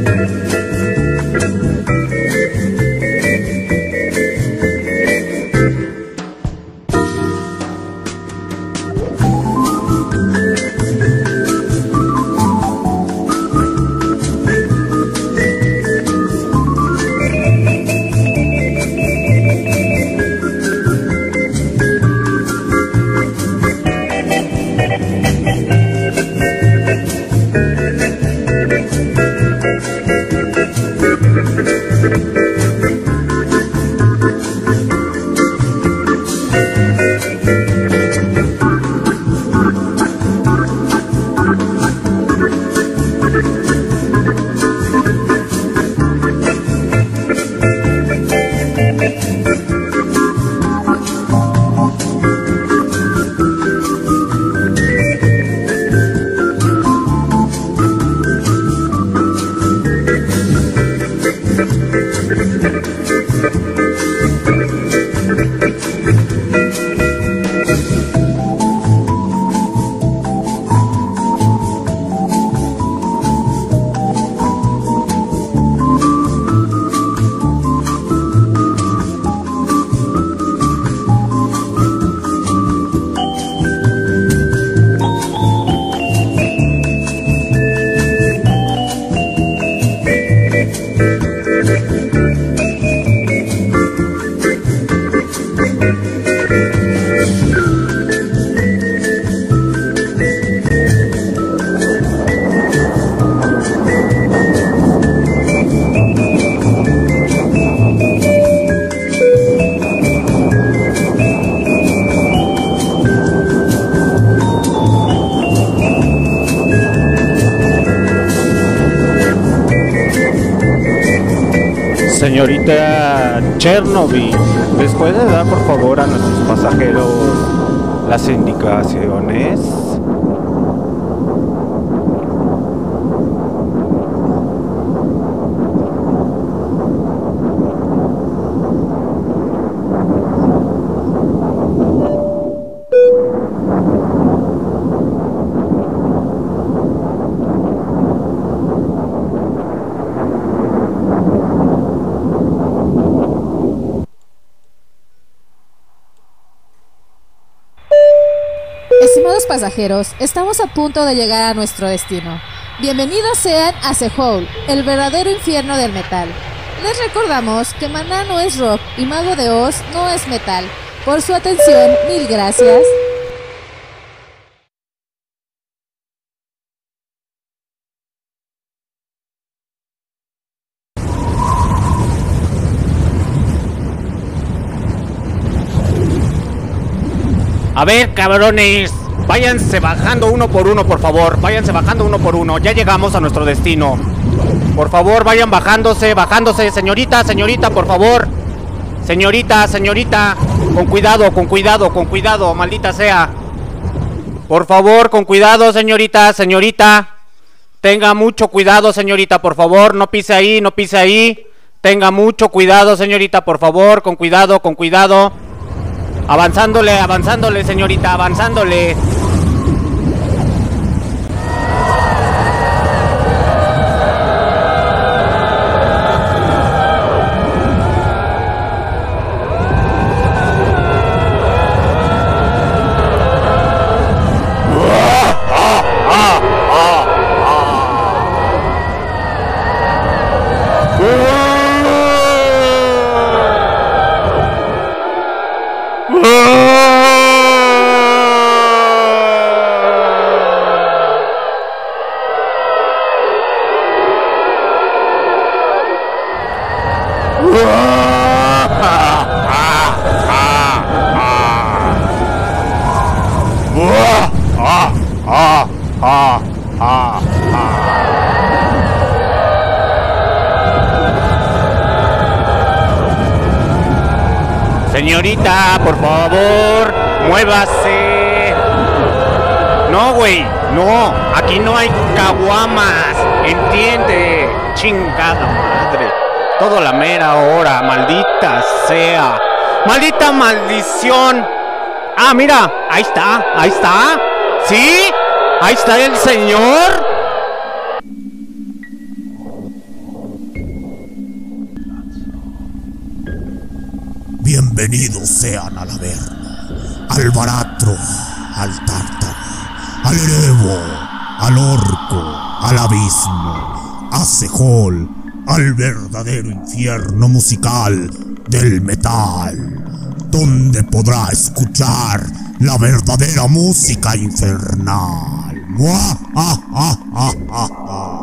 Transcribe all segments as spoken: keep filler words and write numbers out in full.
Señorita Chernobyl, ¿les puede dar por favor a nuestros pasajeros las indicaciones? Estimados pasajeros, estamos a punto de llegar a nuestro destino. Bienvenidos sean a Seoul, el verdadero infierno del metal. Les recordamos que Maná no es rock y Mago de Oz no es metal. Por su atención, mil gracias. A ver, cabrones, váyanse bajando uno por uno, por favor. Váyanse bajando uno por uno. Ya llegamos a nuestro destino. Por favor, vayan bajándose, bajándose. Señorita, señorita, por favor. Señorita, señorita. Con cuidado, con cuidado, con cuidado, maldita sea. Por favor, con cuidado, señorita, señorita. Tenga mucho cuidado, señorita, por favor. No pise ahí, no pise ahí. Tenga mucho cuidado, señorita, por favor. Con cuidado, con cuidado. Avanzándole, avanzándole, señorita, avanzándole. Señorita, por favor, muévase. No, güey, no, aquí no hay caguamas, entiende, chingada madre. Todo la mera hora, maldita sea. Maldita maldición. Ah, mira, ahí está, ahí está. ¿Sí? Ahí está el señor. Bienvenidos sean al Averno, al Baratro, al Tártaro, al Erebo, al Orco, al Abismo, a Sehol, al verdadero infierno musical del metal, donde podrá escuchar la verdadera música infernal. ¡Mua! ¡Ah, ah, ah, ah, ah!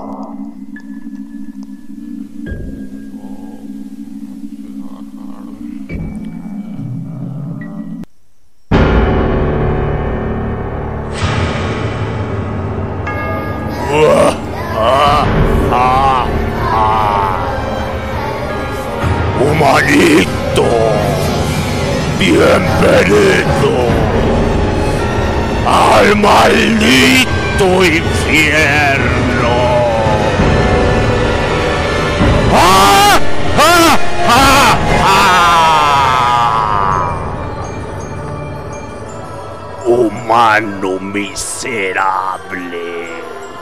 ¡Humanito! ¡Bienvenido al maldito infierno! ¡Ah! ¡Ah! ¡Ah! ¡Ah! Humano miserable.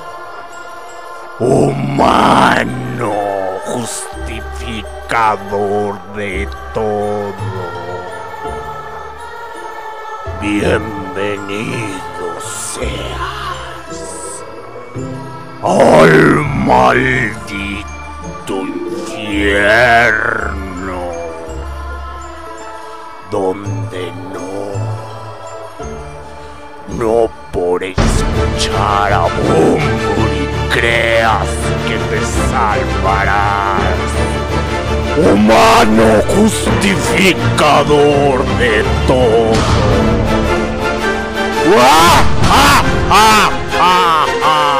Humano justificador de todo. Bienvenido seas al maldito infierno, donde no, no por escuchar a Bumburi creas que te salvarás. Humano justificador de todo. ¡Ah! ¡Ah! ¡Ah! ¡Ah! ¡Ah!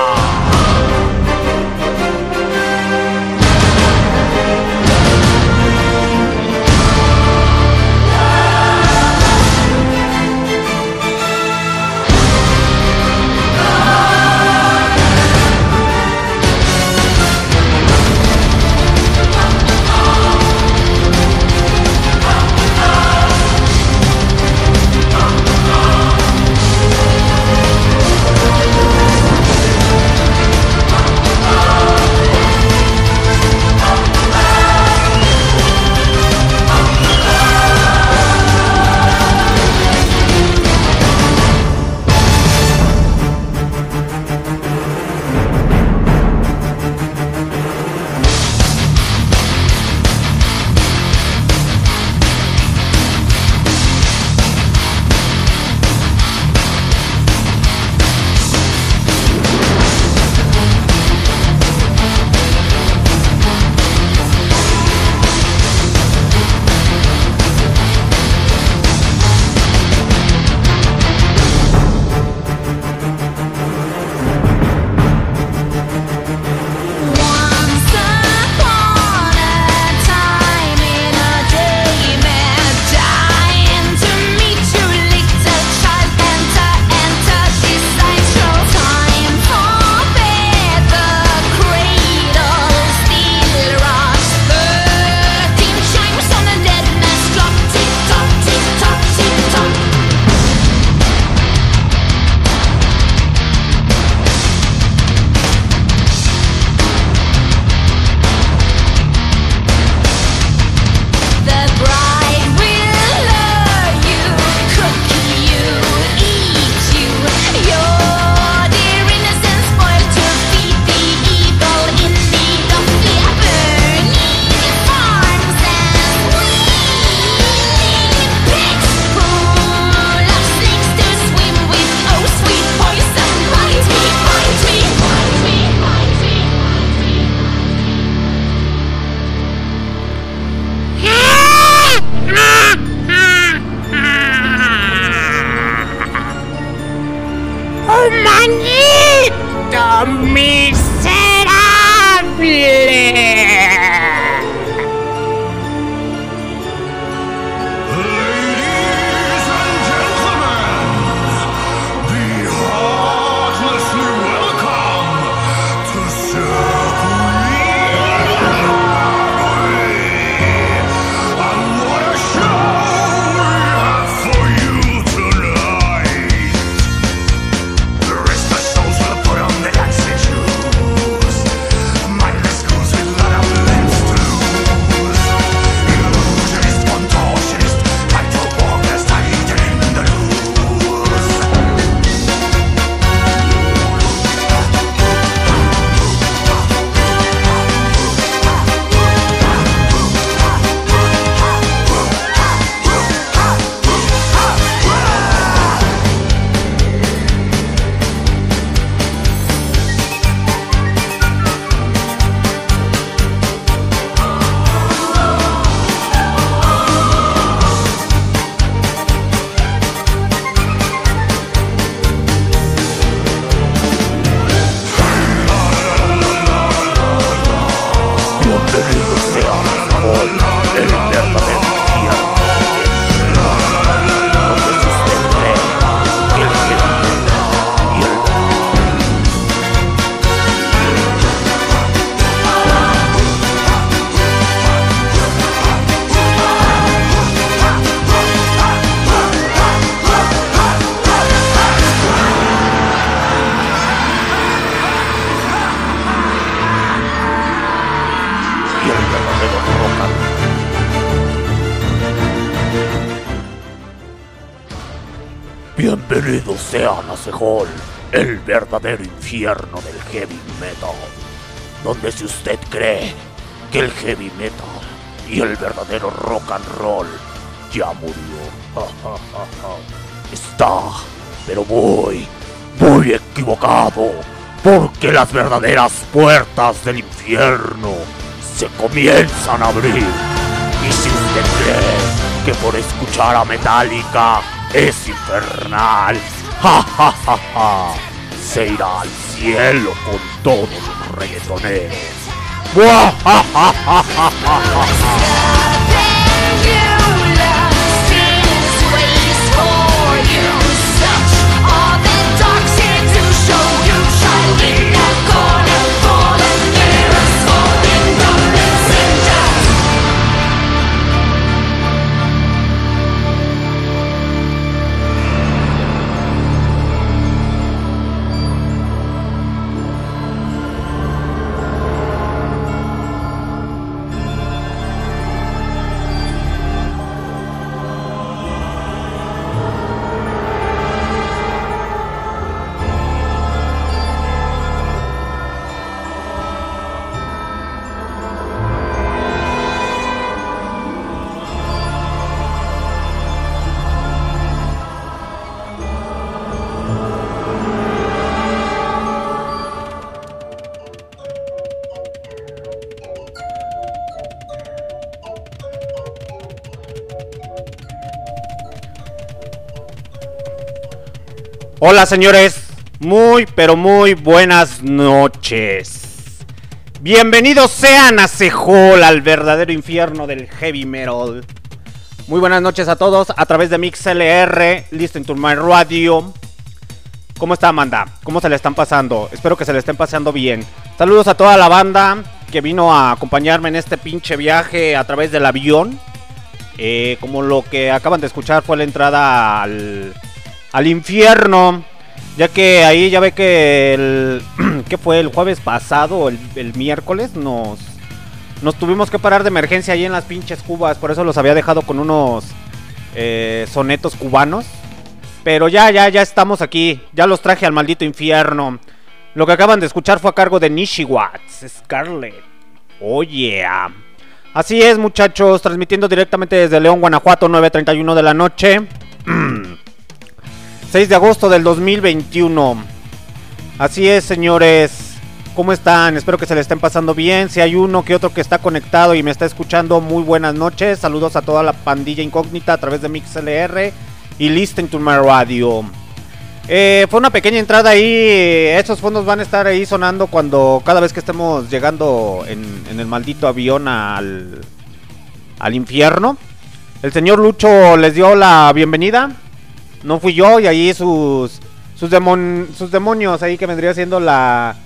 Bienvenidos sean a Sehol, el verdadero infierno del heavy metal, donde si usted cree que el heavy metal y el verdadero rock and roll ya murió, está, pero muy, muy equivocado, porque las verdaderas puertas del infierno se comienzan a abrir. Y si usted cree que por escuchar a Metallica es infernal, ja ja ja ja, se irá al cielo con todos los reggaetoneros. ¡Buah, ja, ja, ja, ja, ja, ja! Hola señores, muy pero muy buenas noches. Bienvenidos sean a Sehol, al verdadero infierno del heavy metal. Muy buenas noches a todos a través de MixLR, Listen to My Radio. ¿Cómo está Amanda? ¿Cómo se le están pasando? Espero que se le estén pasando bien. Saludos a toda la banda que vino a acompañarme en este pinche viaje a través del avión. Eh, como lo que acaban de escuchar fue la entrada al... al infierno, ya que ahí ya ve que el que fue el jueves pasado, el, el miércoles, nos nos tuvimos que parar de emergencia ahí en las pinches cubas, por eso los había dejado con unos eh, sonetos cubanos, pero ya, ya, ya estamos aquí, ya los traje al maldito infierno. Lo que acaban de escuchar fue a cargo de Nishiwatz, Scarlet. Oh yeah. Así es muchachos, transmitiendo directamente desde León, Guanajuato, nueve treinta y uno de la noche. seis de agosto del dos mil veintiuno. Así es señores, ¿cómo están? Espero que se le estén pasando bien. Si hay uno que otro que está conectado y me está escuchando, muy buenas noches. Saludos a toda la pandilla incógnita a través de MixLR y Listen to My Radio. eh, Fue una pequeña entrada ahí. Estos fondos van a estar ahí sonando cuando cada vez que estemos llegando en, en el maldito avión al, al infierno. El señor Lucho les dio la bienvenida. No fui yo, y ahí sus sus, demon, sus demonios ahí que vendría siendo la...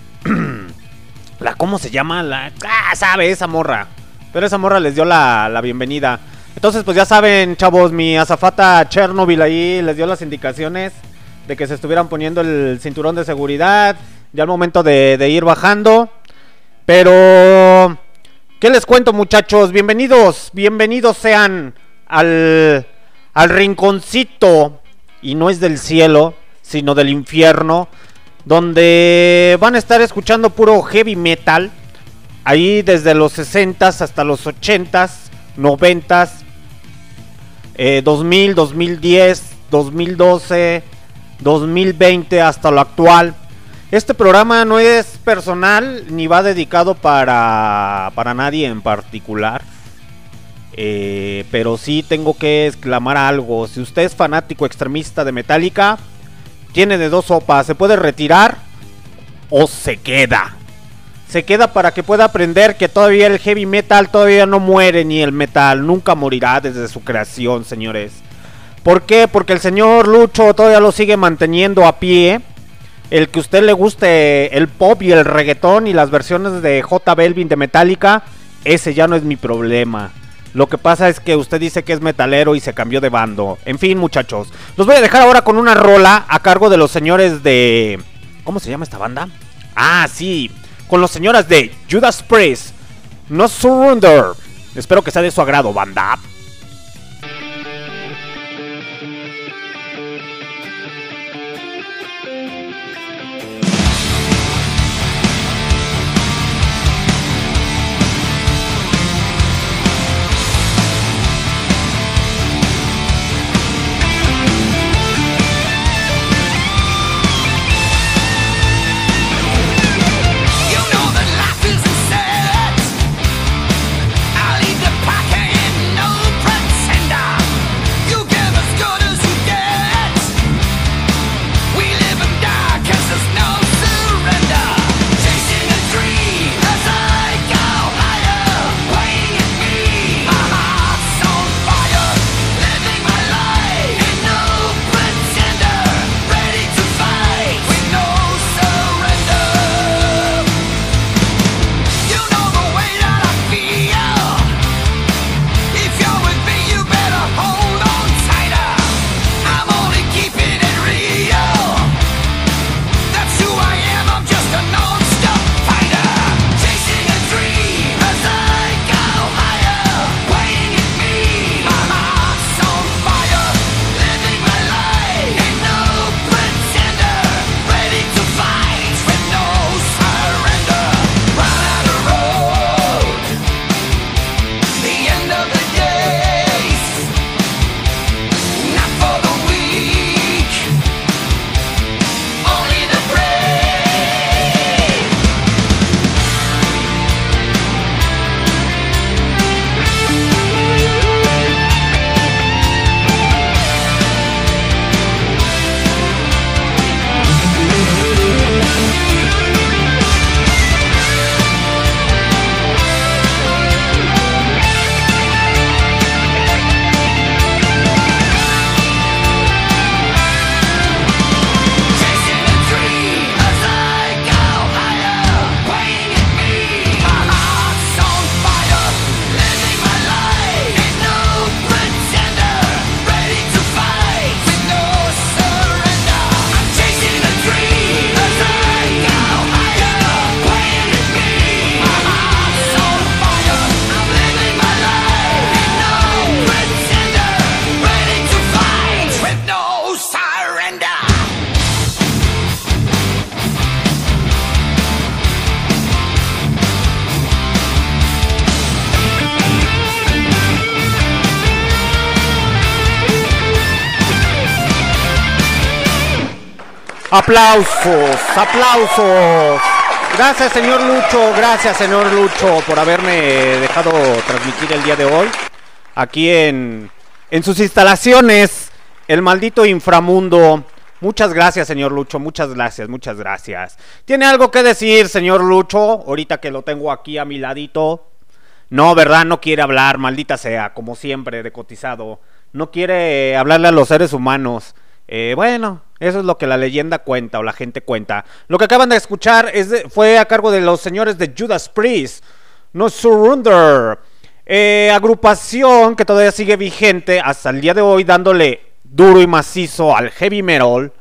la ¿cómo se llama? La... Ah, sabe, esa morra. Pero esa morra les dio la, la bienvenida. Entonces pues ya saben, chavos, mi azafata Chernobyl ahí les dio las indicaciones de que se estuvieran poniendo el cinturón de seguridad ya al momento de, de ir bajando. Pero... ¿qué les cuento muchachos? Bienvenidos, bienvenidos sean al... al rinconcito, y no es del cielo, sino del infierno, donde van a estar escuchando puro heavy metal, ahí desde los sesentas hasta los ochentas, noventas, eh, dos mil, dos mil diez, dos mil doce, dos mil veinte hasta lo actual. Este programa no es personal ni va dedicado para, para nadie en particular. Eh, pero sí tengo que exclamar algo. Si usted es fanático extremista de Metallica, tiene de dos sopas: se puede retirar o se queda. Se queda para que pueda aprender que todavía el heavy metal todavía no muere, ni el metal nunca morirá desde su creación, señores. ¿Por qué? Porque el señor Lucho todavía lo sigue manteniendo a pie. El que a usted le guste el pop y el reggaetón y las versiones de J Balvin de Metallica, ese ya no es mi problema. Lo que pasa es que usted dice que es metalero y se cambió de bando. En fin, muchachos, los voy a dejar ahora con una rola a cargo de los señores de... ¿cómo se llama esta banda? Ah, sí, con los señores de Judas Priest, No Surrender. Espero que sea de su agrado, banda. Aplausos, aplausos. Gracias, señor Lucho, gracias, señor Lucho, por haberme dejado transmitir el día de hoy aquí en, en sus instalaciones, el maldito inframundo. Muchas gracias, señor Lucho, muchas gracias, muchas gracias. ¿Tiene algo que decir, señor Lucho? Ahorita que lo tengo aquí a mi ladito. No, ¿verdad? No quiere hablar, maldita sea, como siempre, de cotizado. No quiere hablarle a los seres humanos. Eh, bueno, eso es lo que la leyenda cuenta o la gente cuenta. Lo que acaban de escuchar es de, fue a cargo de los señores de Judas Priest, No Surrender, eh, agrupación que todavía sigue vigente hasta el día de hoy, dándole duro y macizo al heavy metal,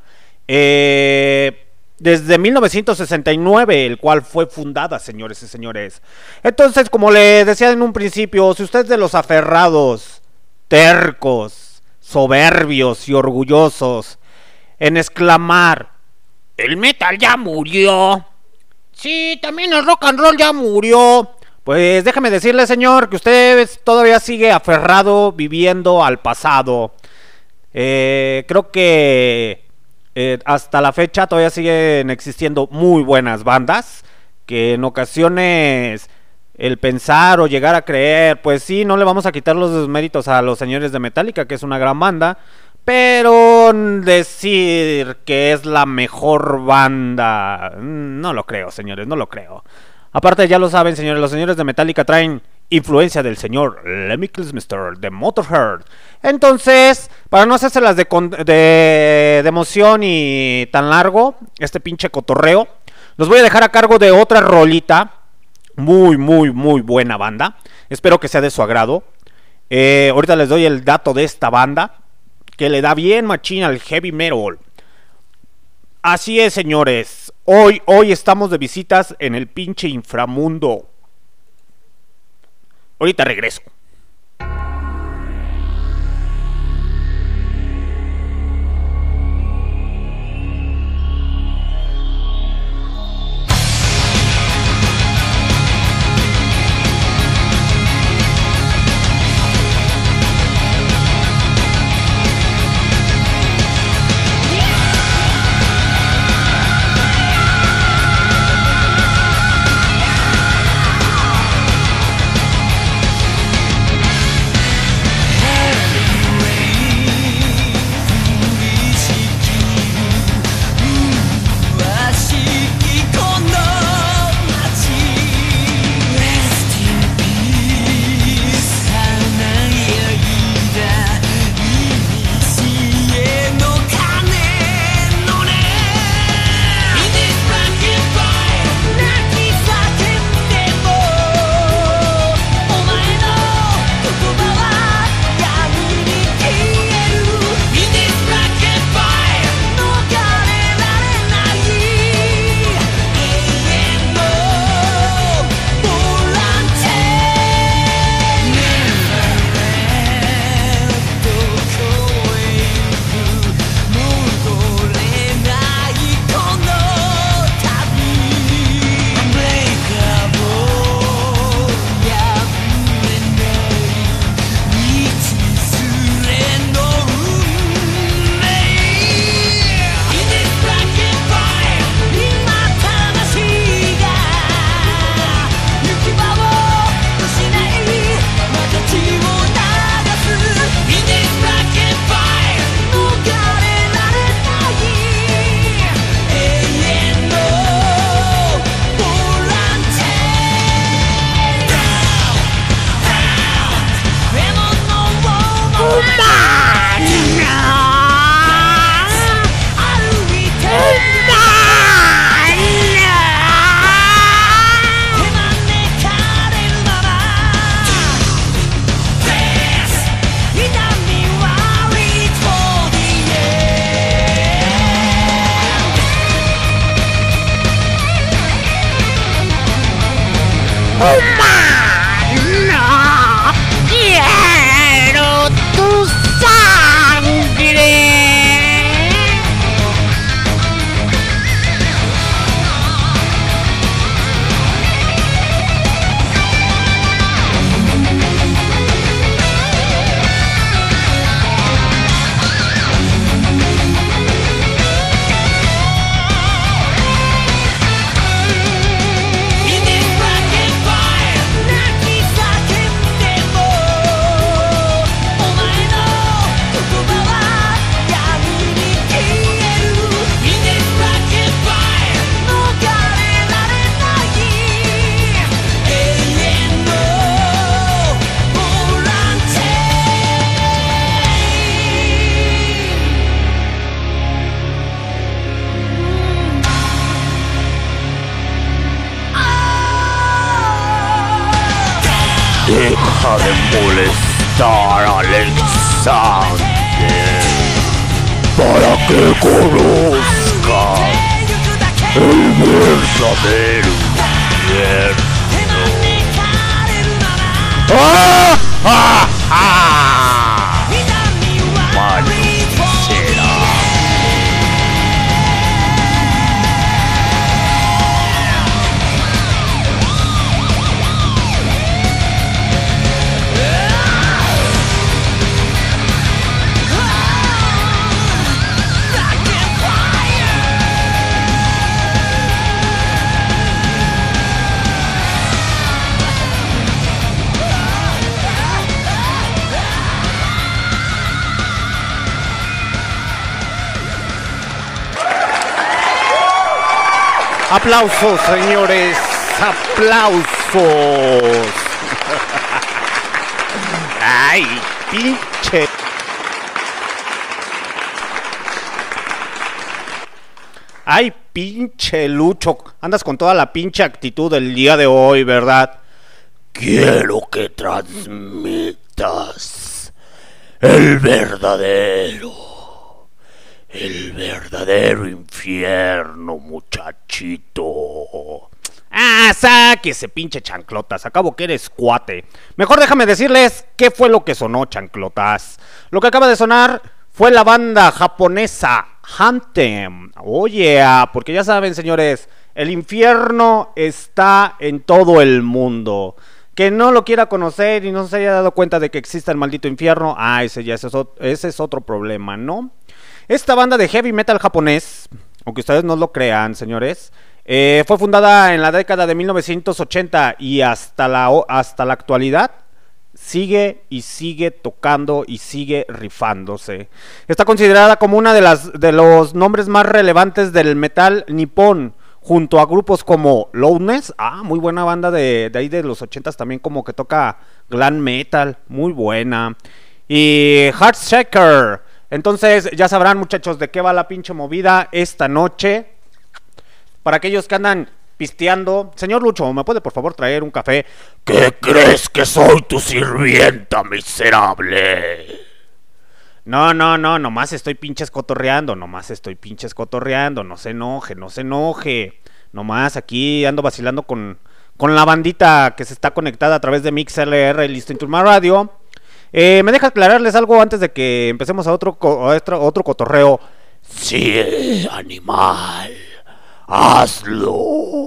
eh, desde mil novecientos sesenta y nueve, el cual fue fundada, señores y señores. Entonces, como le decía en un principio, si usted es de los aferrados, tercos, soberbios y orgullosos en exclamar: el metal ya murió, sí, también el rock and roll ya murió, pues déjame decirle, señor, que usted todavía sigue aferrado, viviendo al pasado. eh, Creo que eh, hasta la fecha todavía siguen existiendo muy buenas bandas, que en ocasiones el pensar o llegar a creer, pues sí, no le vamos a quitar los méritos a los señores de Metallica, que es una gran banda, pero decir que es la mejor banda, no lo creo, señores, no lo creo. Aparte, ya lo saben, señores, los señores de Metallica traen influencia del señor Lemmy Kilmister de Motorhead. Entonces, para no hacerse las de, de, de emoción y tan largo este pinche cotorreo, los voy a dejar a cargo de otra rolita. Muy, muy, muy buena banda. Espero que sea de su agrado. eh, Ahorita les doy el dato de esta banda, que le da bien machín al heavy metal. Así es, señores. Hoy, hoy estamos de visitas en el pinche inframundo. Ahorita regreso. Deja de molestar, Alexander, para que conozcas el verdadero infierno. ¡Ah! ¡Ah! ¡Ah! ¡Malo será! Aplausos, señores, aplausos. Ay, pinche. Ay, pinche Lucho. Andas con toda la pinche actitud del día de hoy, ¿verdad? Quiero que transmitas el verdadero. El verdadero infierno, muchachito. Ah, sáquese, pinche chanclotas. Acabo que eres cuate. Mejor déjame decirles qué fue lo que sonó, chanclotas. Lo que acaba de sonar fue la banda japonesa Anthem. Oye, oh, porque ya saben, señores, el infierno está en todo el mundo. Que no lo quiera conocer y no se haya dado cuenta de que existe el maldito infierno, ah, ese ya es, ese es otro problema, ¿no? Esta banda de heavy metal japonés, aunque ustedes no lo crean, señores, eh, fue fundada en la década de mil novecientos ochenta y hasta la, hasta la actualidad sigue y sigue tocando y sigue rifándose. Está considerada como una de las de los nombres más relevantes del metal nipón, junto a grupos como Loudness, ah, muy buena banda de, de ahí de los ochentas también, como que toca glam metal, muy buena, y Heartshaker. Entonces ya sabrán, muchachos, de qué va la pinche movida esta noche. Para aquellos que andan pisteando, señor Lucho, ¿me puede por favor traer un café? ¿Qué crees que soy tu sirvienta, miserable? No, no, no, nomás estoy pinches cotorreando, nomás estoy pinches cotorreando, no se enoje, no se enoje. Nomás aquí ando vacilando con, con la bandita que se está conectada a través de MixLR y Listo Inturma Radio. Eh, ¿Me deja aclararles algo antes de que empecemos a otro, a otro, otro cotorreo? Sí, animal, hazlo.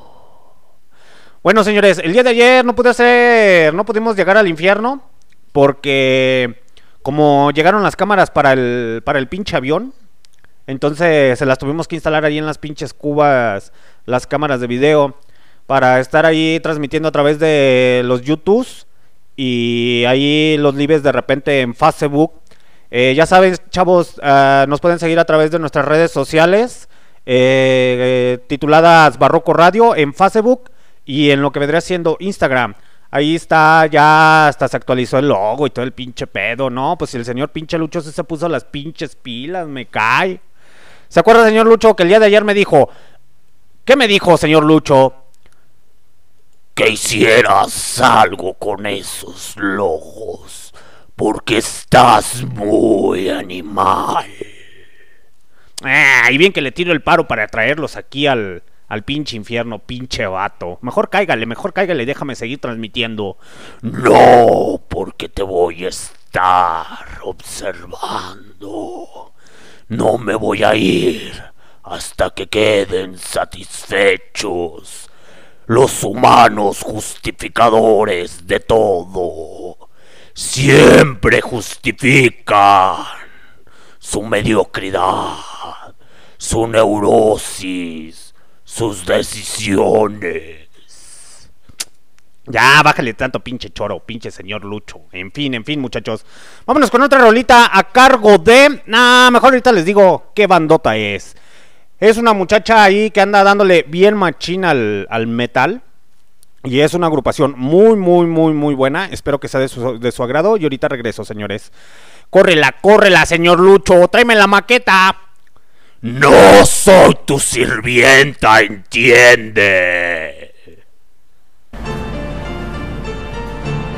Bueno, señores, el día de ayer no pude hacer, no pudimos llegar al infierno porque como llegaron las cámaras para el, para el pinche avión, entonces se las tuvimos que instalar ahí en las pinches cubas, las cámaras de video, para estar ahí transmitiendo a través de los YouTubes. Y ahí los lives de repente en Facebook. Eh, ya saben, chavos, uh, nos pueden seguir a través de nuestras redes sociales, eh, eh, tituladas Barroco Radio en Facebook y en lo que vendría siendo Instagram. Ahí está, ya hasta se actualizó el logo y todo el pinche pedo, ¿no? Pues si el señor pinche Lucho se puso las pinches pilas, me cae. ¿Se acuerda, señor Lucho, que el día de ayer me dijo? ¿Qué me dijo, señor Lucho? Que hicieras algo con esos logos, porque estás muy animal. Ah, y bien que le tiro el paro para traerlos aquí al, al pinche infierno, pinche vato. Mejor cáigale, mejor cáigale, déjame seguir transmitiendo. No, porque te voy a estar observando. No me voy a ir hasta que queden satisfechos los humanos justificadores de todo. Siempre justifican su mediocridad, su neurosis, sus decisiones. Ya, bájale tanto pinche choro, pinche señor Lucho. En fin, en fin, muchachos. Vámonos con otra rolita a cargo de... Nah, mejor ahorita les digo qué bandota es. Es una muchacha ahí que anda dándole bien machín al, al metal. Y es una agrupación muy, muy, muy, muy buena. Espero que sea de su, de su agrado. Y ahorita regreso, señores. Córrela, córrela, señor Lucho. Tráeme la maqueta. No soy tu sirvienta, ¿entiende?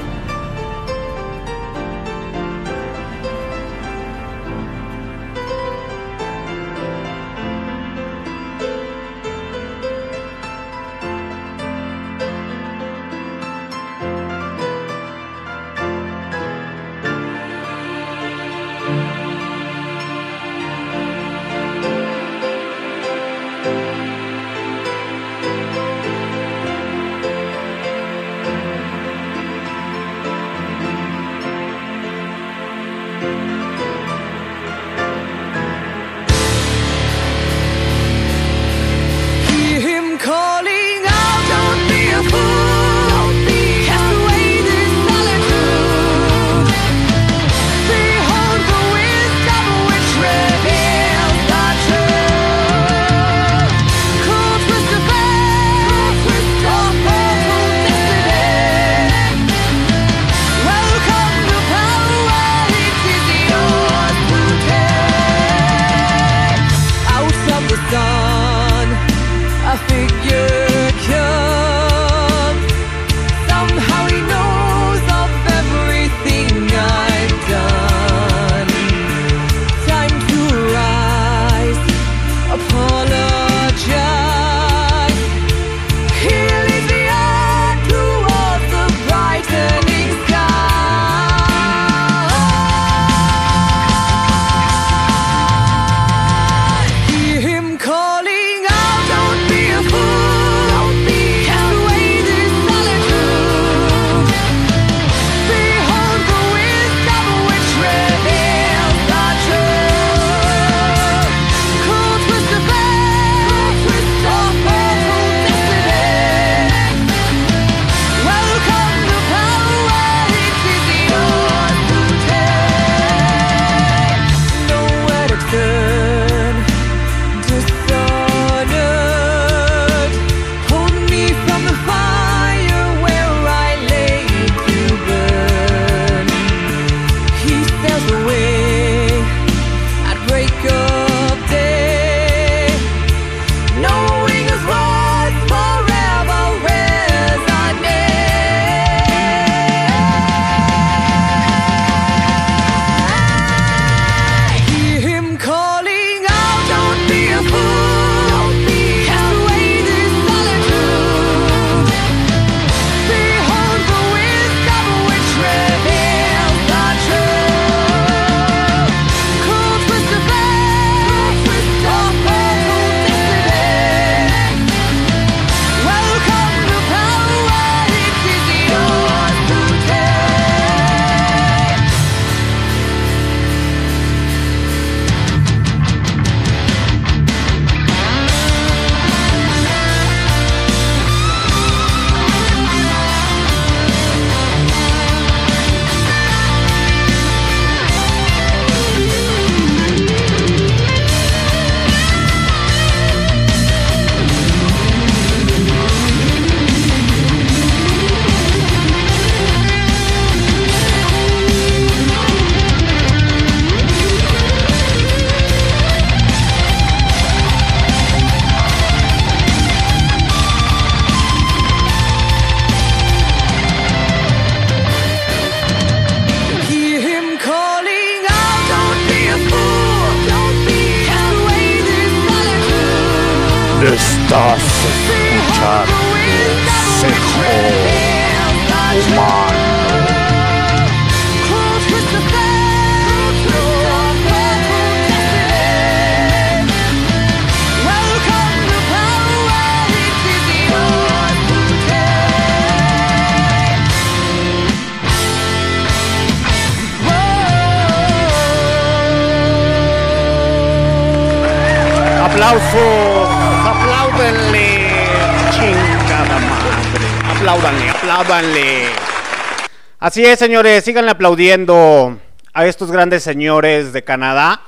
aplausos. Apláudenle. Chingada madre. Apláudanle, apláudanle. Así es, señores, síganle aplaudiendo a estos grandes señores de Canadá.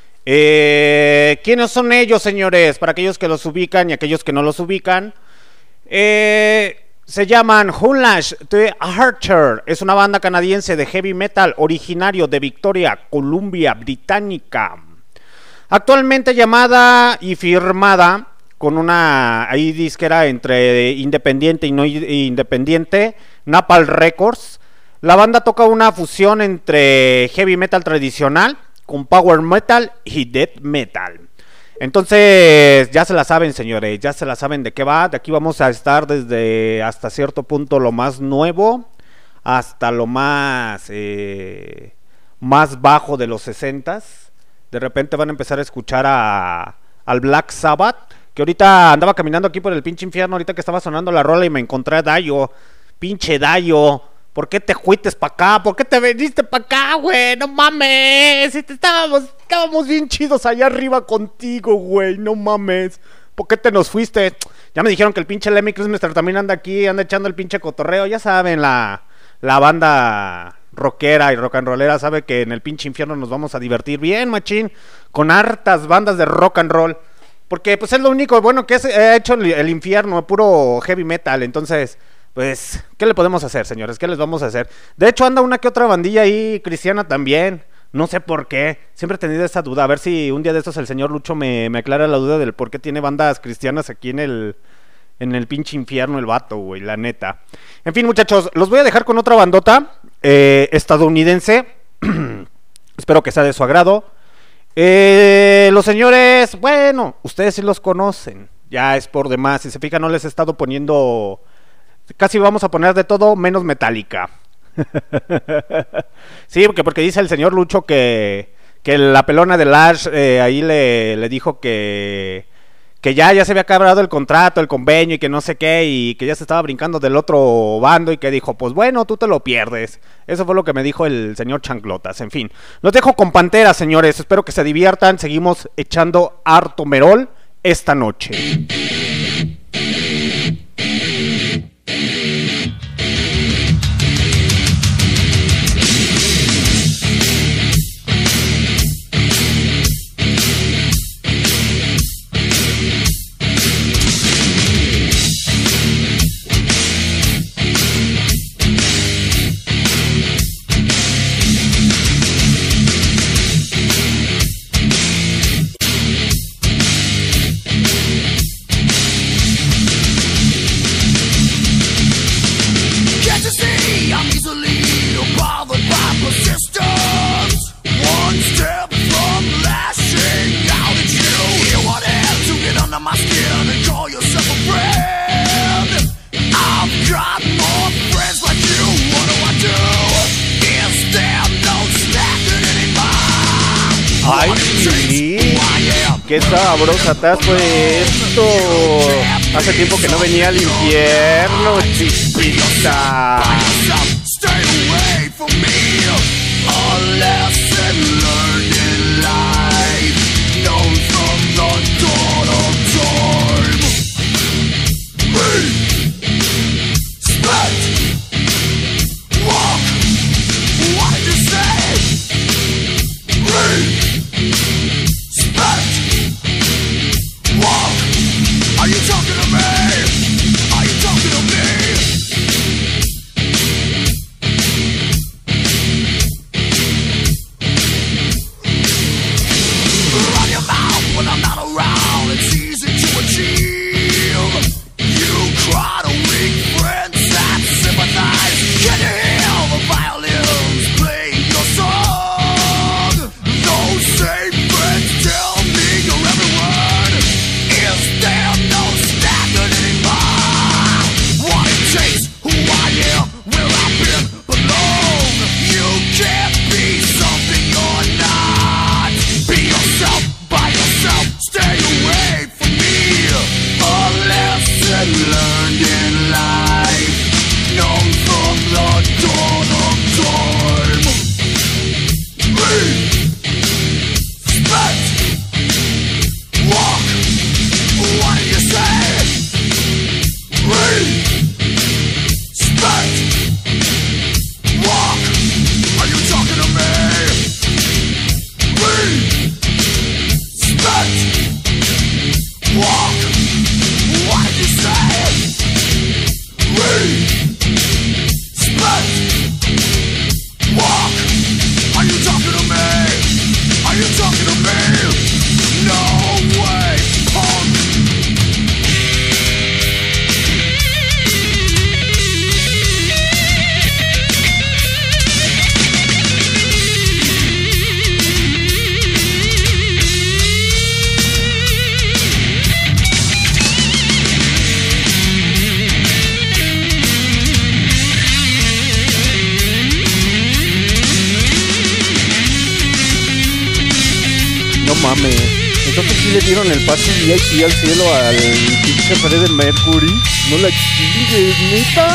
Eh, ¿Quiénes son ellos, señores? Para aquellos que los ubican y aquellos que no los ubican. Eh, se llaman Hunlash the Archer. Es una banda canadiense de heavy metal originario de Victoria, Columbia Británica. Actualmente llamada y firmada con una ahí disquera entre independiente y no independiente, Napalm Records. La banda toca una fusión entre heavy metal tradicional con power metal y death metal. Entonces ya se la saben, señores, ya se la saben de qué va. De aquí vamos a estar desde hasta cierto punto lo más nuevo hasta lo más eh, más bajo de los sesentas. De repente van a empezar a escuchar a, al Black Sabbath, que ahorita andaba caminando aquí por el pinche infierno, ahorita que estaba sonando la rola y me encontré a Dayo. Pinche Dayo, ¿por qué te fuiste para acá? ¿Por qué te viniste para acá, güey? No mames, si te estábamos, estábamos bien chidos allá arriba contigo, güey, no mames. ¿Por qué te nos fuiste? Ya me dijeron que el pinche Lemmy Kilmister también anda aquí, anda echando el pinche cotorreo. Ya saben, la, la banda rockera y rock and rollera sabe que en el pinche infierno nos vamos a divertir bien, machín, con hartas bandas de rock and roll. Porque pues es lo único bueno que ha hecho el, el infierno, puro heavy metal. Entonces, pues, ¿qué le podemos hacer, señores? ¿Qué les vamos a hacer? De hecho, anda una que otra bandilla ahí cristiana también. No sé por qué. Siempre he tenido esa duda. A ver si un día de estos el señor Lucho me, me aclara la duda del por qué tiene bandas cristianas aquí en el, en el pinche infierno el vato, güey, la neta. En fin, muchachos, los voy a dejar con otra bandota eh, estadounidense. Espero que sea de su agrado. Eh, los señores, bueno, ustedes sí los conocen. Ya es por demás. Si se fijan, no les he estado poniendo... Casi vamos a poner de todo menos Metallica. Sí, porque, porque dice el señor Lucho que, que la pelona de Lash eh, ahí le, le dijo que, que ya, ya se había acabado el contrato, el convenio y que no sé qué, y que ya se estaba brincando del otro bando y que dijo, pues bueno, tú te lo pierdes. Eso fue lo que me dijo el señor Chanclotas. En fin, los dejo con Pantera, señores. Espero que se diviertan. Seguimos echando harto merol esta noche. Ay, sí, qué sabrosa estás, pues esto. Hace tiempo que no venía al infierno, chiquita. Are you talking to me? Are you talking to me? mames. Entonces sí le dieron el pase V I P al cielo al pinche Freddie Mercury. No la chingues, neta.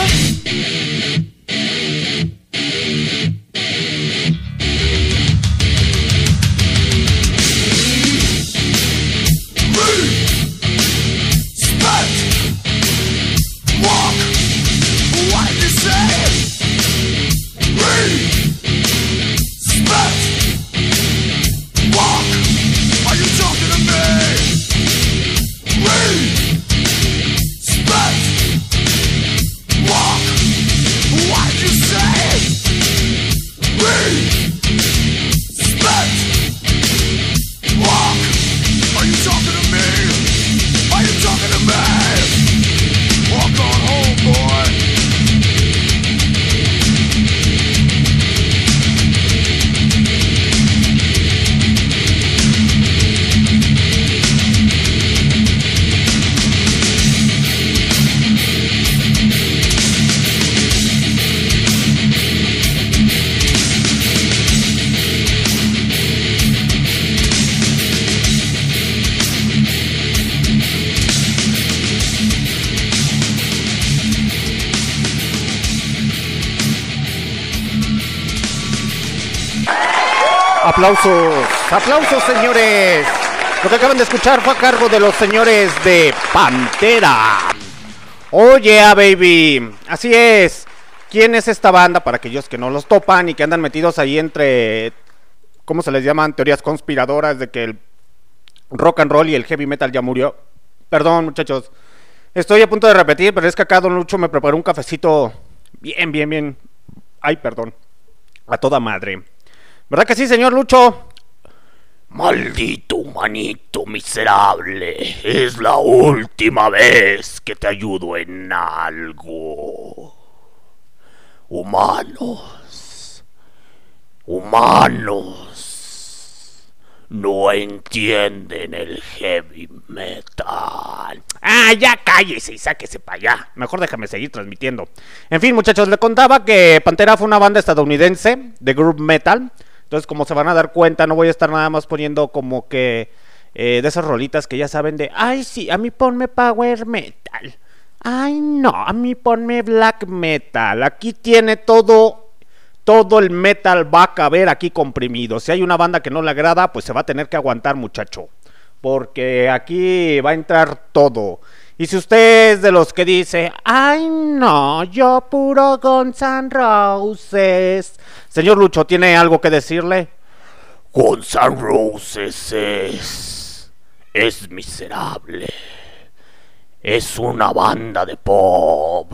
Aplausos, aplausos, señores. Lo que acaban de escuchar fue a cargo de los señores de Pantera. Oh yeah, baby. Así es. ¿Quién es esta banda? Para aquellos que no los topan y que andan metidos ahí entre, ¿cómo se les llaman? Teorías conspiradoras de que el rock and roll y el heavy metal ya murió. Perdón, muchachos. Estoy a punto de repetir, pero es que acá Don Lucho me preparó un cafecito bien, bien, bien. Ay, perdón. A toda madre. ¿Verdad que sí, señor Lucho? Maldito humanito miserable, es la última vez que te ayudo en algo. Humanos, humanos, no entienden el heavy metal. Ah, ya cállese y sáquese para allá. Mejor déjame seguir transmitiendo. En fin, muchachos, les contaba que Pantera fue una banda estadounidense de groove metal. Entonces, como se van a dar cuenta, no voy a estar nada más poniendo como que eh, de esas rolitas que ya saben de, ay, sí, a mí ponme power metal. Ay, no, a mí ponme black metal. Aquí tiene todo, todo el metal va a caber aquí comprimido. Si hay una banda que no le agrada, pues se va a tener que aguantar, muchacho. Porque aquí va a entrar todo. Y si usted es de los que dice, ay no, yo puro Guns N' Roses. Señor Lucho, ¿tiene algo que decirle? Guns N' Roses es... es miserable. Es una banda de pop.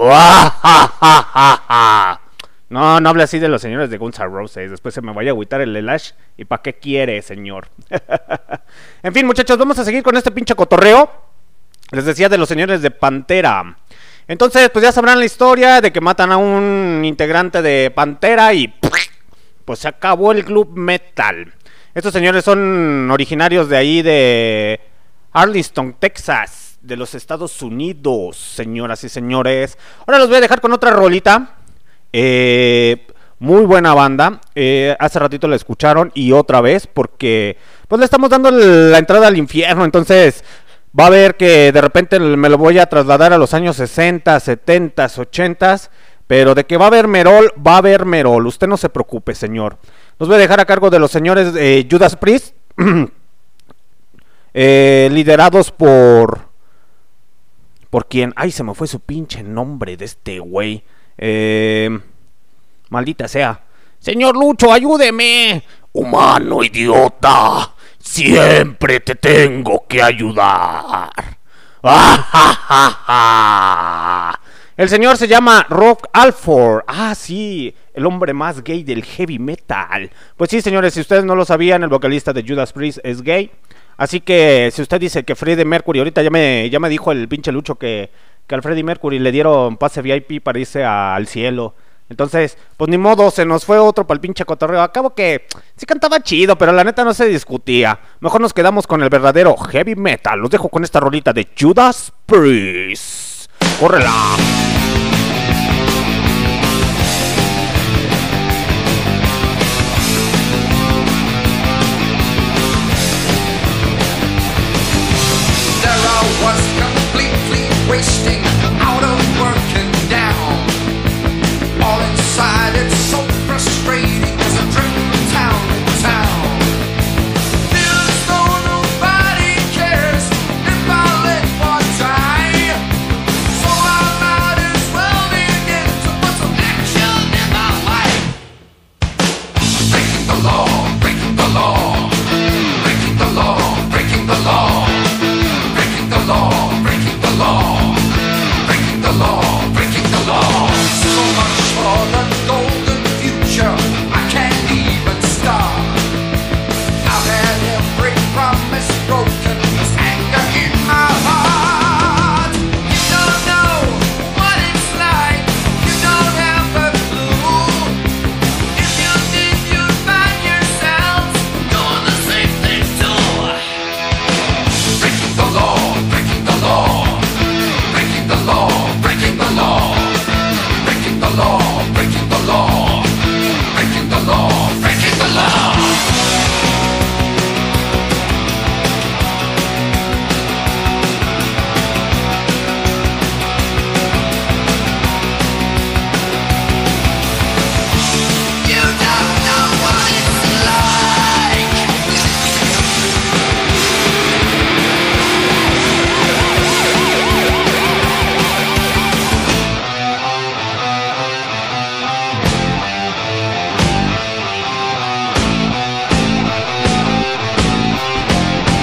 No, no hable así de los señores de Guns N' Roses. Después se me vaya a agüitar el Elash. ¿Y para qué quiere, señor? En fin, muchachos, vamos a seguir con este pinche cotorreo. Les decía de los señores de Pantera. Entonces, pues ya sabrán la historia de que matan a un integrante de Pantera y pues se acabó el club metal. Estos señores son originarios de ahí de Arlington, Texas, de los Estados Unidos, señoras y señores. Ahora los voy a dejar con otra rolita. Eh, muy buena banda. Eh, hace ratito la escucharon y otra vez porque pues le estamos dando la entrada al infierno. Entonces va a ver que de repente me lo voy a trasladar a los años sesenta, setenta, ochenta, pero de que va a haber Merol, va a haber Merol, usted no se preocupe, señor. Los voy a dejar a cargo de los señores eh, Judas Priest, eh, liderados por... ¿Por quién? Ay, se me fue su pinche nombre de este güey. Eh, maldita sea. Señor Lucho, ayúdeme. Humano idiota. Siempre te tengo que ayudar. El señor se llama Rob Halford. Ah, sí, el hombre más gay del heavy metal. Pues sí, señores, si ustedes no lo sabían, el vocalista de Judas Priest es gay. Así que si usted dice que Freddie Mercury, ahorita ya me, ya me dijo el pinche Lucho que, que al Freddie Mercury le dieron pase V I P para irse a, al cielo. Entonces, pues ni modo, se nos fue otro para el pinche cotorreo. Acabo que sí cantaba chido, pero la neta no se discutía. Mejor nos quedamos con el verdadero heavy metal. Los dejo con esta rolita de Judas Priest. ¡Córrela!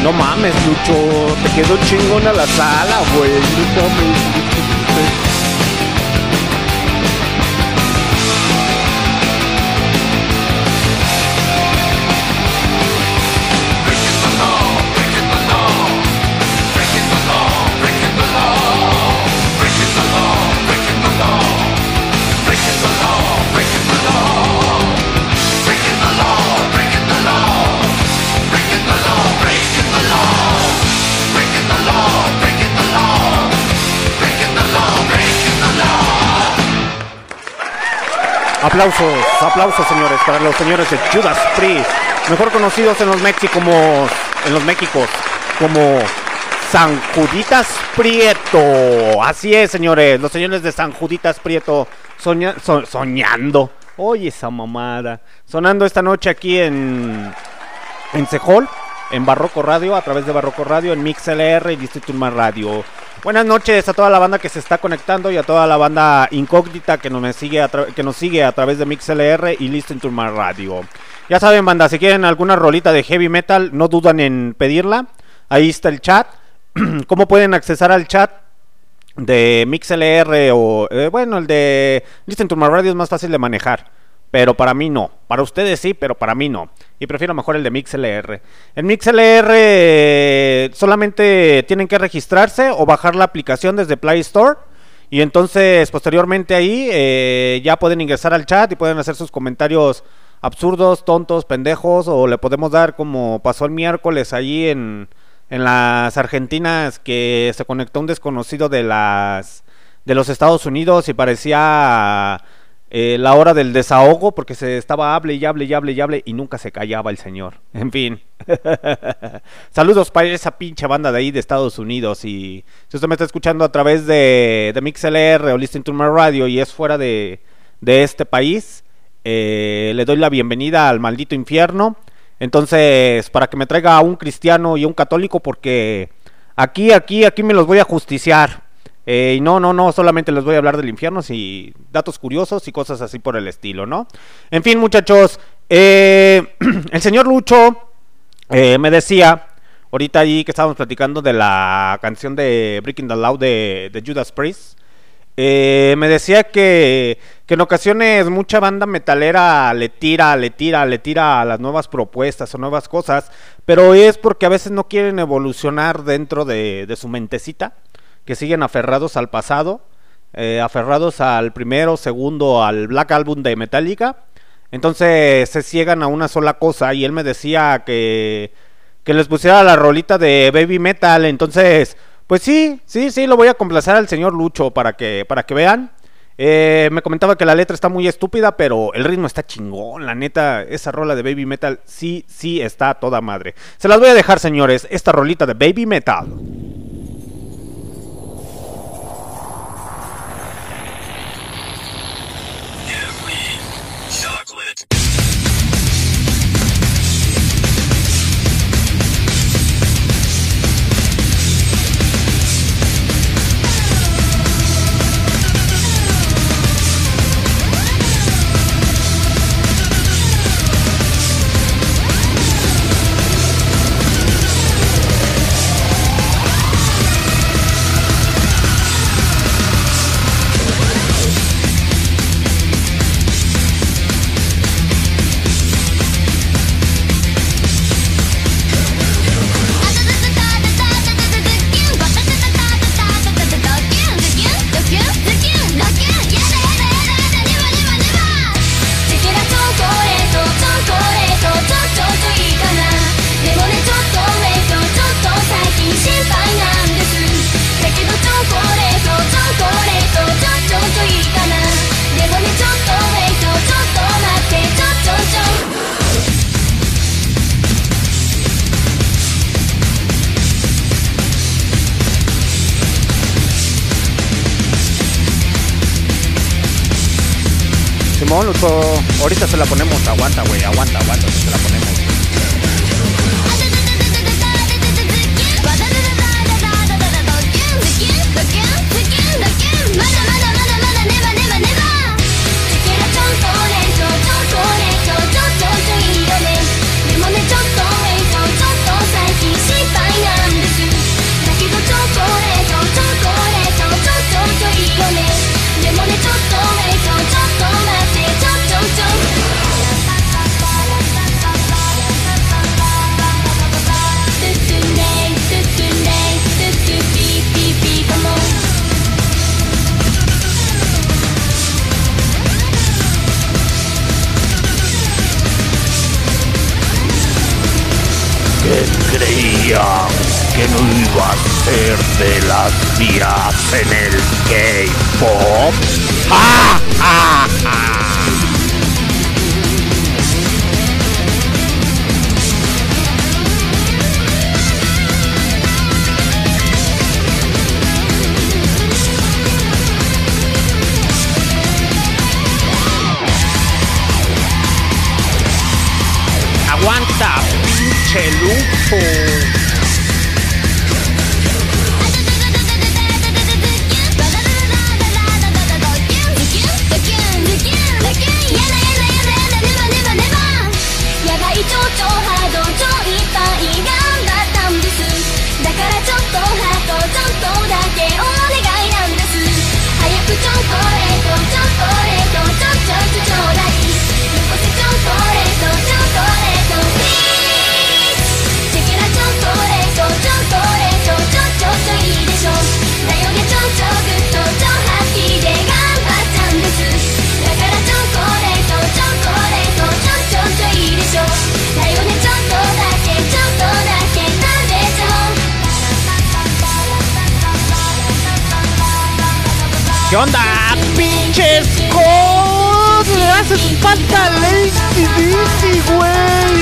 No mames, Lucho, te quedó chingona la sala, güey. No mames. Aplausos, aplausos señores, para los señores de Judas Priest, mejor conocidos en los Méxicos como, en los Méxicos como San Juditas Prieto. Así es, señores, los señores de San Juditas Prieto soña, so, soñando, oye esa mamada, sonando esta noche aquí en en Sejol, en Barroco Radio, a través de Barroco Radio, en MixLR y Distrito Más Radio. Buenas noches a toda la banda que se está conectando y a toda la banda incógnita que nos sigue a, que nos sigue a través de MixLR y Listen to My Radio. Ya saben, banda, si quieren alguna rolita de heavy metal, no dudan en pedirla. Ahí está el chat. ¿Cómo pueden accesar al chat de MixLR o eh, bueno, el de Listen to My Radio es más fácil de manejar? Pero para mí no. Para ustedes sí, pero para mí no. Y prefiero mejor el de MixLR. En MixLR eh, solamente tienen que registrarse o bajar la aplicación desde Play Store. Y entonces posteriormente ahí eh, ya pueden ingresar al chat y pueden hacer sus comentarios absurdos, tontos, pendejos. O le podemos dar como pasó el miércoles allí en, en las Argentinas, que se conectó un desconocido de las de los Estados Unidos y parecía... Eh, la hora del desahogo, porque se estaba hable y hable y hable y hable y nunca se callaba el señor. En fin. Saludos para esa pinche banda de ahí de Estados Unidos. Y si usted me está escuchando a través de, de MixLR o Listen to My Radio y es fuera de, de este país, eh, le doy la bienvenida al maldito infierno. Entonces, para que me traiga a un cristiano y un católico, porque aquí, aquí, aquí me los voy a justiciar. Eh, y no, no, no, solamente les voy a hablar del infierno, y datos curiosos y cosas así por el estilo, ¿no? En fin, muchachos, eh, el señor Lucho eh, me decía, ahorita ahí que estábamos platicando de la canción de Breaking the Law de, de Judas Priest, eh, me decía que, que en ocasiones mucha banda metalera le tira, le tira, le tira a las nuevas propuestas o nuevas cosas, pero es porque a veces no quieren evolucionar dentro de, de su mentecita, que siguen aferrados al pasado, eh, aferrados al primero, segundo, al Black Album de Metallica. Entonces se ciegan a una sola cosa. Y él me decía que, que les pusiera la rolita de Baby Metal. Entonces, pues sí, sí, sí, lo voy a complacer al señor Lucho para que, para que vean. Eh, me comentaba que la letra está muy estúpida, pero el ritmo está chingón. La neta, esa rola de Baby Metal sí, sí está a toda madre. Se las voy a dejar, señores, esta rolita de Baby Metal. Lucho, ahorita se la ponemos, aguanta, güey, aguanta, aguanta, se la ponemos. Bye. sabía que no iba a ser de las mías en el K-pop. ¡Ah, ah, ah! ¡Aguanta, pinche lujo! ¿Qué onda, pinches cos? Le haces falta a Lady Dizzy, güey.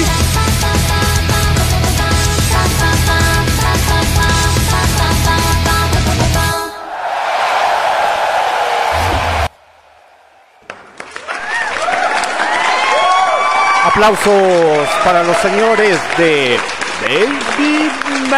Aplausos para los señores de Baby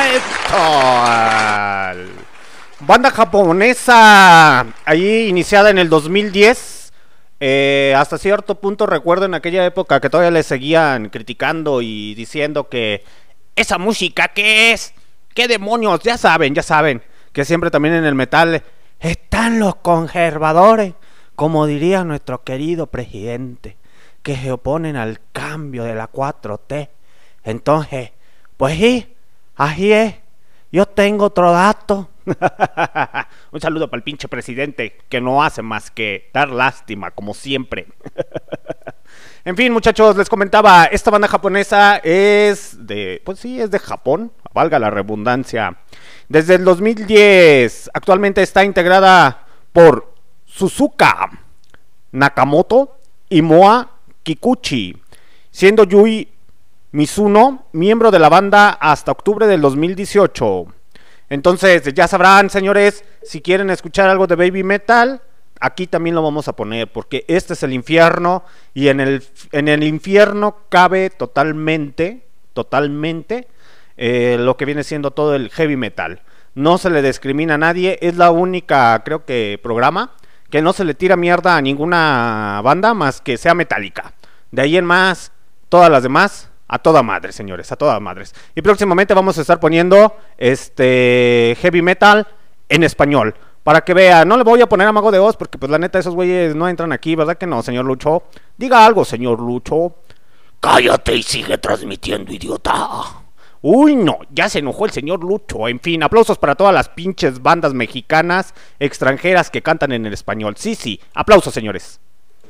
Metal. Banda japonesa, ahí iniciada en el dos mil diez, eh, hasta cierto punto recuerdo en aquella época que todavía le seguían criticando y diciendo que esa música, ¿qué es? ¿Qué demonios? Ya saben, ya saben, que siempre también en el metal están los conservadores, como diría nuestro querido presidente, que se oponen al cambio de la cuatro T. Entonces, pues sí, así es, yo tengo otro dato. Un saludo para el pinche presidente, que no hace más que dar lástima, como siempre. En fin, muchachos, les comentaba, esta banda japonesa es de, pues sí, es de Japón, valga la redundancia. Desde el dos mil diez, actualmente está integrada por Suzuka Nakamoto y Moa Kikuchi, siendo Yui Mizuno miembro de la banda hasta octubre del dos mil dieciocho. Entonces, ya sabrán, señores, si quieren escuchar algo de Baby Metal, aquí también lo vamos a poner, porque este es el infierno, y en el, en el infierno cabe totalmente, totalmente, eh, lo que viene siendo todo el heavy metal. No se le discrimina a nadie, es la única, creo que, programa que no se le tira mierda a ninguna banda más que sea metálica. De ahí en más, todas las demás, a toda madre, señores, a todas madres. Y próximamente vamos a estar poniendo este heavy metal en español, para que vean. No le voy a poner a Mago de Oz, porque pues la neta esos güeyes no entran aquí, ¿verdad que no, señor Lucho? Diga algo, señor Lucho. Cállate y sigue transmitiendo, idiota. Uy, no, ya se enojó el señor Lucho. En fin, aplausos para todas las pinches bandas mexicanas, extranjeras que cantan en el español. Sí, sí, aplausos, señores.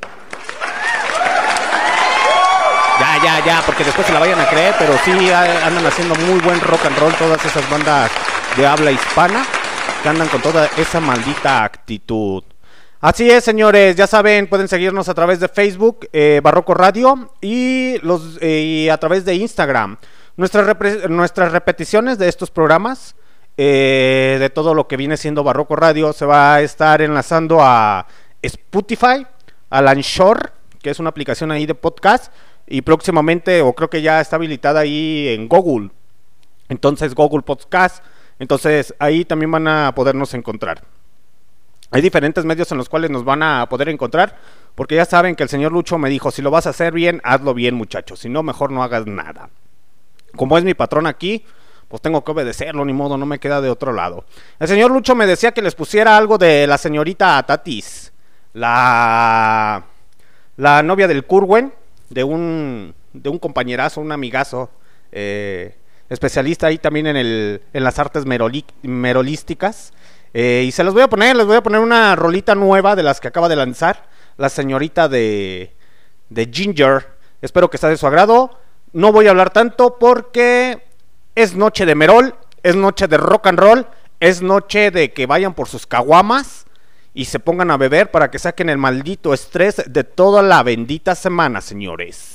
Ya, ya, ya, porque después se la vayan a creer, pero sí andan haciendo muy buen rock and roll todas esas bandas de habla hispana que andan con toda esa maldita actitud. Así es, señores, ya saben, pueden seguirnos a través de Facebook, eh, Barroco Radio, y, los, eh, y a través de Instagram. Nuestras, repre nuestras repeticiones de estos programas, eh, de todo lo que viene siendo Barroco Radio, se va a estar enlazando a Spotify, a Anchor, que es una aplicación ahí de podcast, y próximamente, o creo que ya está habilitada ahí en Google. Entonces, Google Podcast. Entonces, ahí también van a podernos encontrar. Hay diferentes medios en los cuales nos van a poder encontrar, porque ya saben que el señor Lucho me dijo, si lo vas a hacer bien, hazlo bien, muchachos. Si no, mejor no hagas nada. Como es mi patrón aquí, pues tengo que obedecerlo, ni modo, no me queda de otro lado. El señor Lucho me decía que les pusiera algo de la señorita Tatis, la, la novia del Kurwen, de un, de un compañerazo, un amigazo, eh, especialista ahí también en, el, en las artes meroli, merolísticas. Eh, y se los voy a poner, les voy a poner una rolita nueva de las que acaba de lanzar la señorita de, de Ginger. Espero que sea de su agrado. No voy a hablar tanto porque es noche de merol, es noche de rock and roll, es noche de que vayan por sus caguamas y se pongan a beber para que saquen el maldito estrés de toda la bendita semana, señores.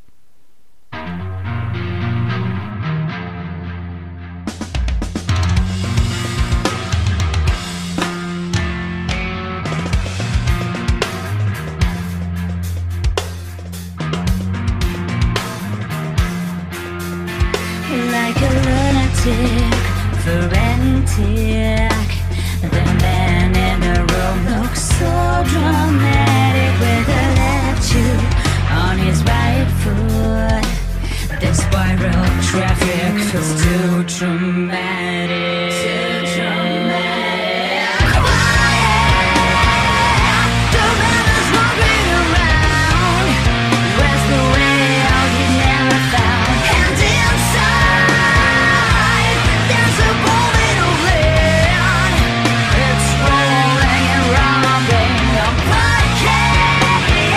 Like a lunatic, frantic. The man in the room looks so dramatic, with a left shoe on his right foot. The spiral traffic feels too dramatic. Too dramatic. Quiet. The man is walking around. Where's the way out he never found? And inside, there's a moment of rain. It's rolling and robbing a parquet.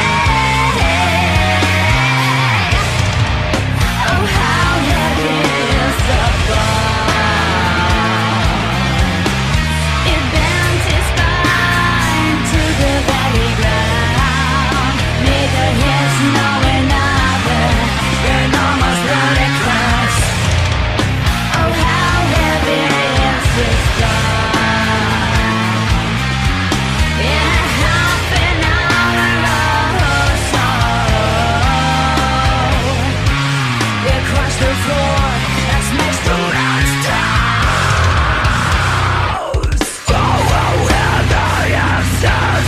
Oh, how heavy is the ball? It bent his spine to the very ground. Neither his nor another, enormous bloody cross. Oh, how heavy is this stone? In a half an hour or so, it crushed the floor and smashed the round stones. Oh, how heavy is this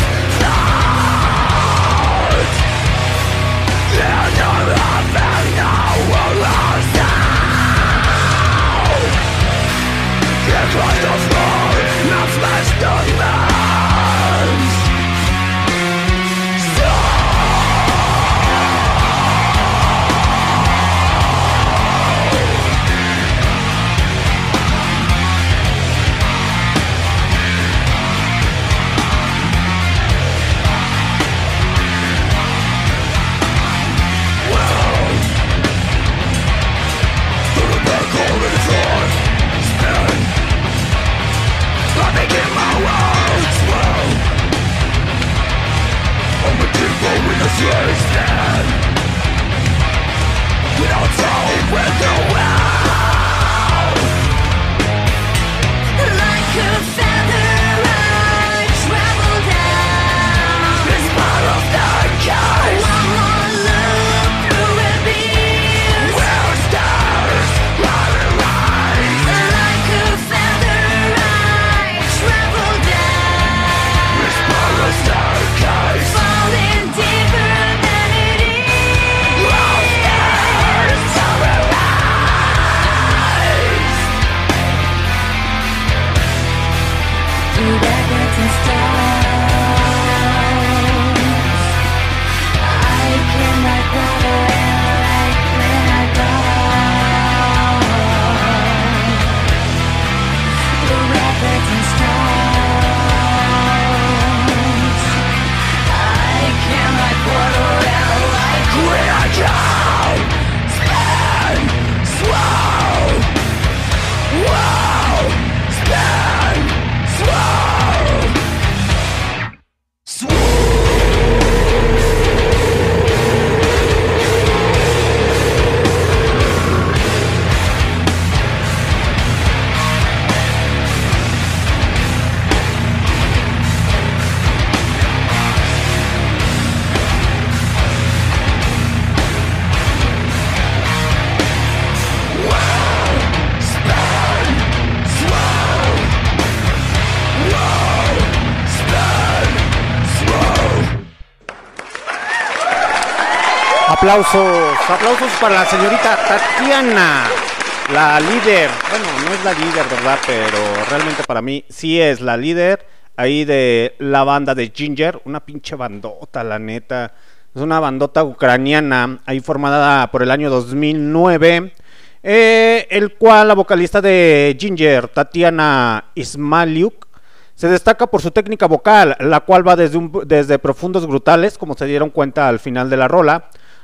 stone? There's no having no one sound. It crushed the floor and smashed the rounds. Like a feather, I travel down the spiral staircase. One more look through a beam where stars rise. Like a feather, I travel down the spiral staircase, falling deeper than it is. All stars rise through rabbits and stones. I cannot go like when I go. Through rabbits and stones. I cannot go like when I go. Spin, swirl. Wow, spin, swirl. Aplausos, aplausos para la señorita Tatiana, la líder. Bueno, no es la líder, ¿verdad? Pero realmente para mí sí es la líder ahí de la banda de Ginger. Una pinche bandota, la neta. Es una bandota ucraniana ahí formada por el año dos mil nueve. Eh, el cual la vocalista de Ginger, Tatiana Ismaliuk, se destaca por su técnica vocal, la cual va desde, un, desde profundos brutales, como se dieron cuenta al final de la rola,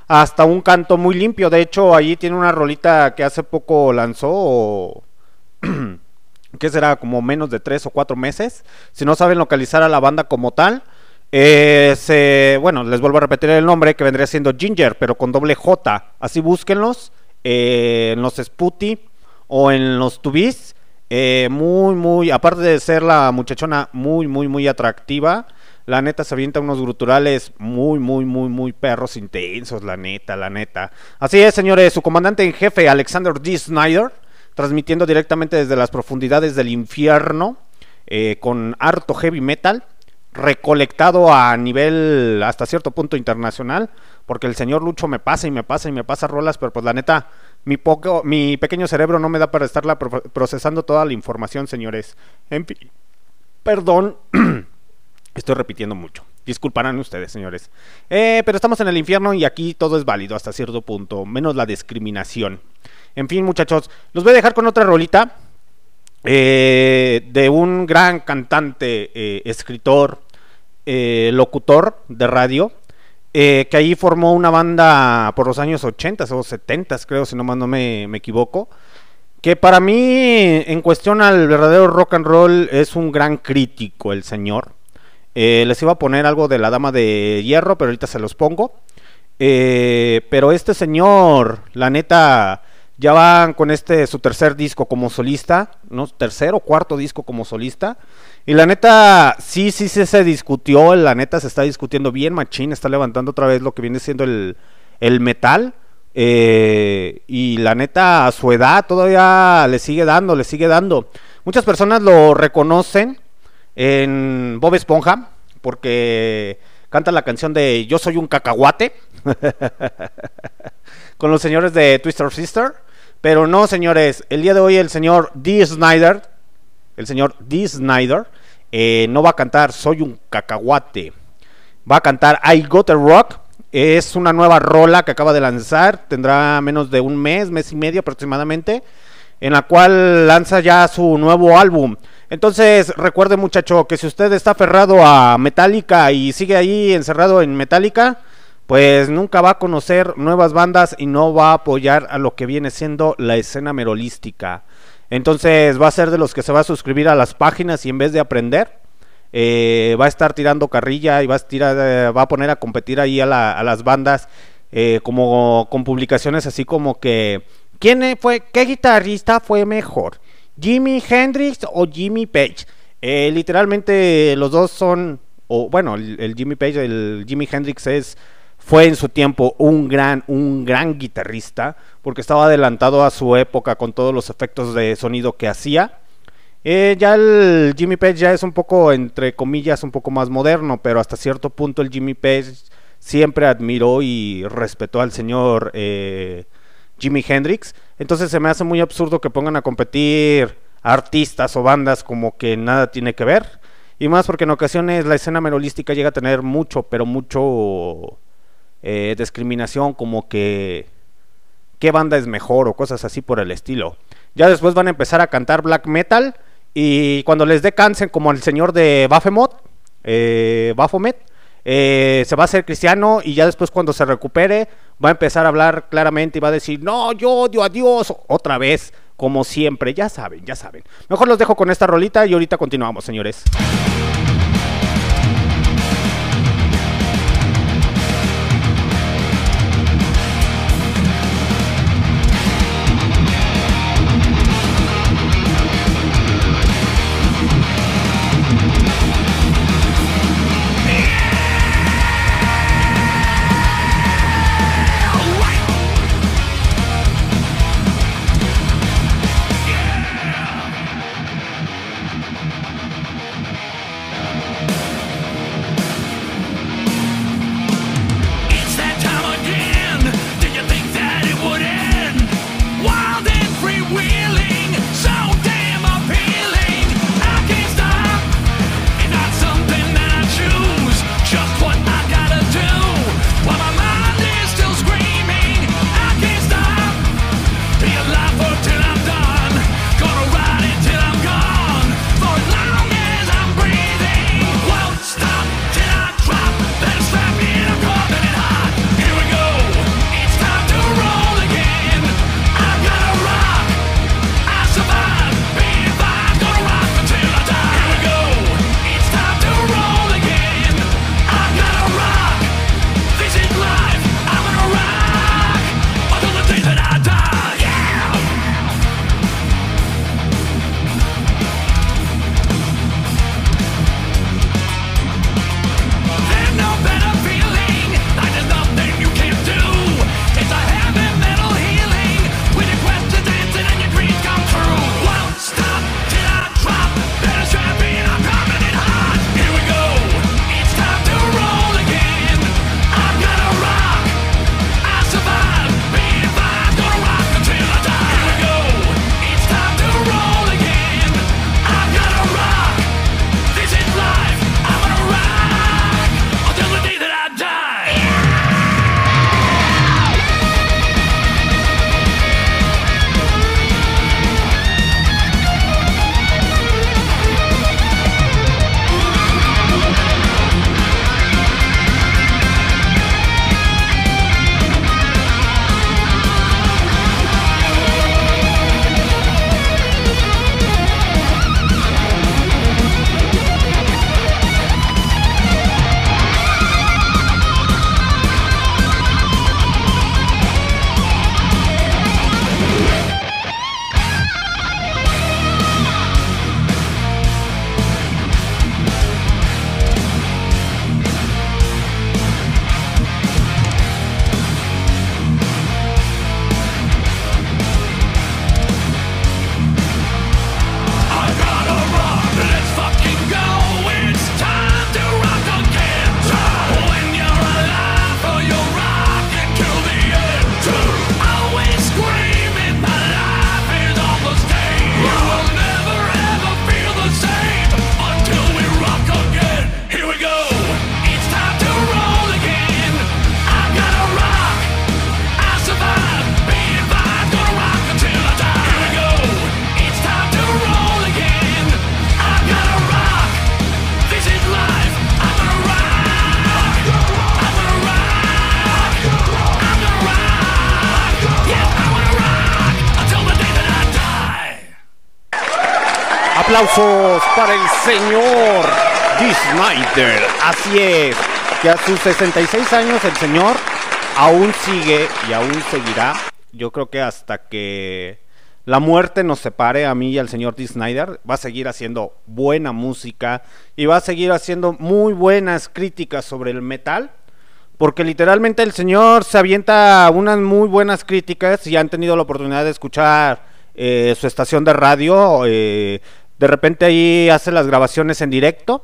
hasta un canto muy limpio. De hecho, allí tiene una rolita que hace poco lanzó, o que será como menos de tres o cuatro meses. Si no saben localizar a la banda como tal, eh, se, bueno, les vuelvo a repetir el nombre, que vendría siendo Ginger, pero con doble J. Así búsquenlos eh, en los Sputi o en los Tubis. Eh, muy, muy, aparte de ser la muchachona muy, muy, muy atractiva, la neta se avienta unos gruturales muy, muy, muy, muy perros intensos, la neta, la neta. Así es, señores, su comandante en jefe, Alexander D. Snyder, transmitiendo directamente desde las profundidades del infierno, eh, con harto heavy metal, recolectado a nivel hasta cierto punto internacional, porque el señor Lucho me pasa y me pasa y me pasa rolas, pero pues la neta, mi, poco, mi pequeño cerebro no me da para estarla pro procesando toda la información, señores. En fin, perdón. Estoy repitiendo mucho. Disculparán ustedes, señores. Eh, pero estamos en el infierno y aquí todo es válido hasta cierto punto, menos la discriminación. En fin, muchachos, los voy a dejar con otra rolita eh, de un gran cantante, eh, escritor, eh, locutor de radio, eh, que ahí formó una banda por los años ochenta o setenta, creo, si nomás no me, me equivoco. Que para mí, en cuestión al verdadero rock and roll, es un gran crítico el señor. Eh, les iba a poner algo de la Dama de Hierro, pero ahorita se los pongo. Eh, pero este señor, la neta, ya van con este su tercer disco como solista, ¿no? Tercer o cuarto disco como solista. Y la neta, sí, sí, sí se discutió, la neta se está discutiendo bien machín, está levantando otra vez lo que viene siendo el, el metal. Eh, y la neta, a su edad todavía le sigue dando, le sigue dando. Muchas personas lo reconocen en Bob Esponja, porque canta la canción de Yo soy un cacahuate con los señores de Twister Sister. Pero no, señores, el día de hoy el señor D. Snyder, el señor D. Snyder, eh, no va a cantar Soy un cacahuate, va a cantar I Got a Rock. Es una nueva rola que acaba de lanzar, tendrá menos de un mes, mes y medio aproximadamente, en la cual lanza ya su nuevo álbum. Entonces recuerde, muchacho, que si usted está aferrado a Metallica y sigue ahí encerrado en Metallica, pues nunca va a conocer nuevas bandas y no va a apoyar a lo que viene siendo la escena merolística. Entonces va a ser de los que se va a suscribir a las páginas y en vez de aprender, eh, va a estar tirando carrilla y va a, tirar, eh, va a poner a competir ahí a, la, a las bandas, eh, como con publicaciones así como que ¿quién fue, qué guitarrista fue mejor? ¿Jimi Hendrix o Jimmy Page? Eh, literalmente los dos son, o bueno, el, el Jimmy Page, el Jimi Hendrix es, fue en su tiempo un gran, un gran guitarrista, porque estaba adelantado a su época con todos los efectos de sonido que hacía. Eh, ya el Jimmy Page ya es un poco, entre comillas, un poco más moderno, pero hasta cierto punto el Jimmy Page siempre admiró y respetó al señor eh, Jimi Hendrix. Entonces se me hace muy absurdo que pongan a competir artistas o bandas como que nada tiene que ver, y más porque en ocasiones la escena merolística llega a tener mucho, pero mucho eh, discriminación, como que qué banda es mejor o cosas así por el estilo. Ya después van a empezar a cantar black metal, y cuando les dé cáncer, como el señor de Baphomet, eh, Baphomet, Eh, se va a hacer cristiano, y ya después cuando se recupere va a empezar a hablar claramente y va a decir no, yo odio a Dios otra vez, como siempre. Ya saben, ya saben. Mejor los dejo con esta rolita y ahorita continuamos, señores. aplausos para el señor Dee Snider. Así es, que a sus sesenta y seis años el señor aún sigue y aún seguirá. Yo creo que hasta que la muerte nos separe a mí y al señor Dee Snider, va a seguir haciendo buena música y va a seguir haciendo muy buenas críticas sobre el metal, porque literalmente el señor se avienta unas muy buenas críticas. Y han tenido la oportunidad de escuchar eh, su estación de radio, eh, de repente ahí hace las grabaciones en directo,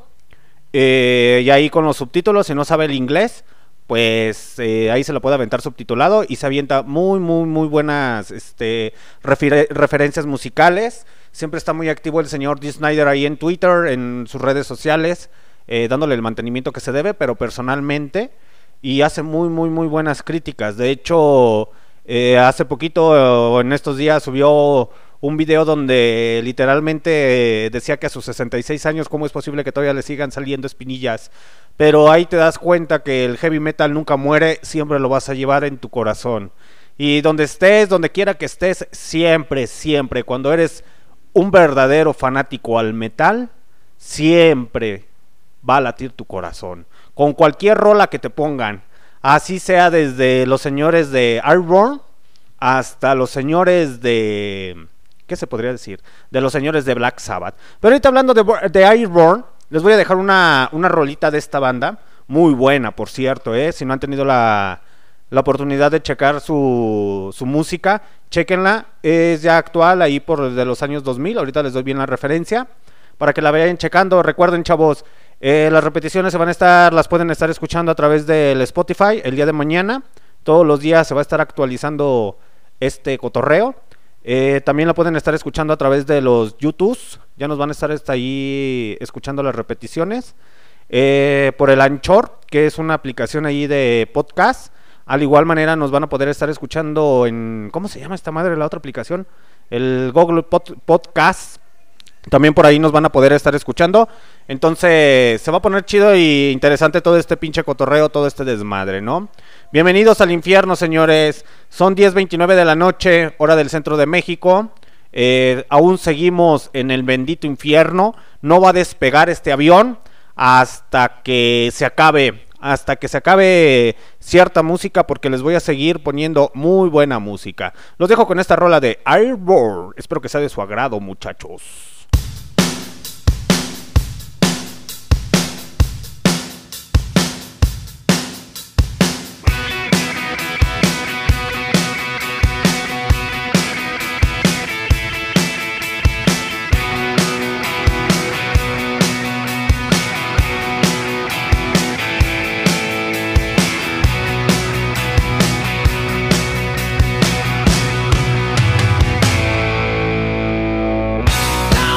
eh, y ahí con los subtítulos. Si no sabe el inglés, pues eh, ahí se lo puede aventar subtitulado y se avienta muy muy muy buenas este, refer referencias musicales. Siempre está muy activo el señor Dee Snider ahí en Twitter, en sus redes sociales, eh, dándole el mantenimiento que se debe, pero personalmente, y hace muy muy muy buenas críticas. De hecho, eh, hace poquito, en estos días, subió un video donde literalmente eh, decía que a sus sesenta y seis años cómo es posible que todavía le sigan saliendo espinillas. Pero ahí te das cuenta que el heavy metal nunca muere, siempre lo vas a llevar en tu corazón. Y donde estés, donde quiera que estés, siempre, siempre, cuando eres un verdadero fanático al metal, siempre va a latir tu corazón. Con cualquier rola que te pongan, así sea desde los señores de Ironborn hasta los señores de... ¿qué se podría decir? De los señores de Black Sabbath. Pero ahorita hablando de, de Ironborn, les voy a dejar una, una rolita de esta banda, muy buena, por cierto, ¿eh? Si no han tenido la, la oportunidad de checar su, su música, chéquenla, es ya actual, ahí por de los años dos mil, ahorita les doy bien la referencia, para que la vayan checando. Recuerden, chavos, eh, las repeticiones se van a estar, las pueden estar escuchando a través del Spotify el día de mañana, todos los días se va a estar actualizando este cotorreo. Eh, también la pueden estar escuchando a través de los YouTubes. Ya nos van a estar hasta ahí escuchando las repeticiones. Eh, por el Anchor, que es una aplicación ahí de podcast. Al igual manera nos van a poder estar escuchando en... ¿cómo se llama esta madre, la otra aplicación? El Google Pod Podcast. También por ahí nos van a poder estar escuchando. Entonces se va a poner chido e interesante todo este pinche cotorreo, todo este desmadre, ¿no? Bienvenidos al infierno, señores. Son diez veintinueve de la noche, hora del centro de México. eh, Aún seguimos en el bendito infierno. No va a despegar este avión hasta que se acabe Hasta que se acabe cierta música, porque les voy a seguir poniendo muy buena música. Los dejo con esta rola de Ironborn. Espero que sea de su agrado, muchachos. Now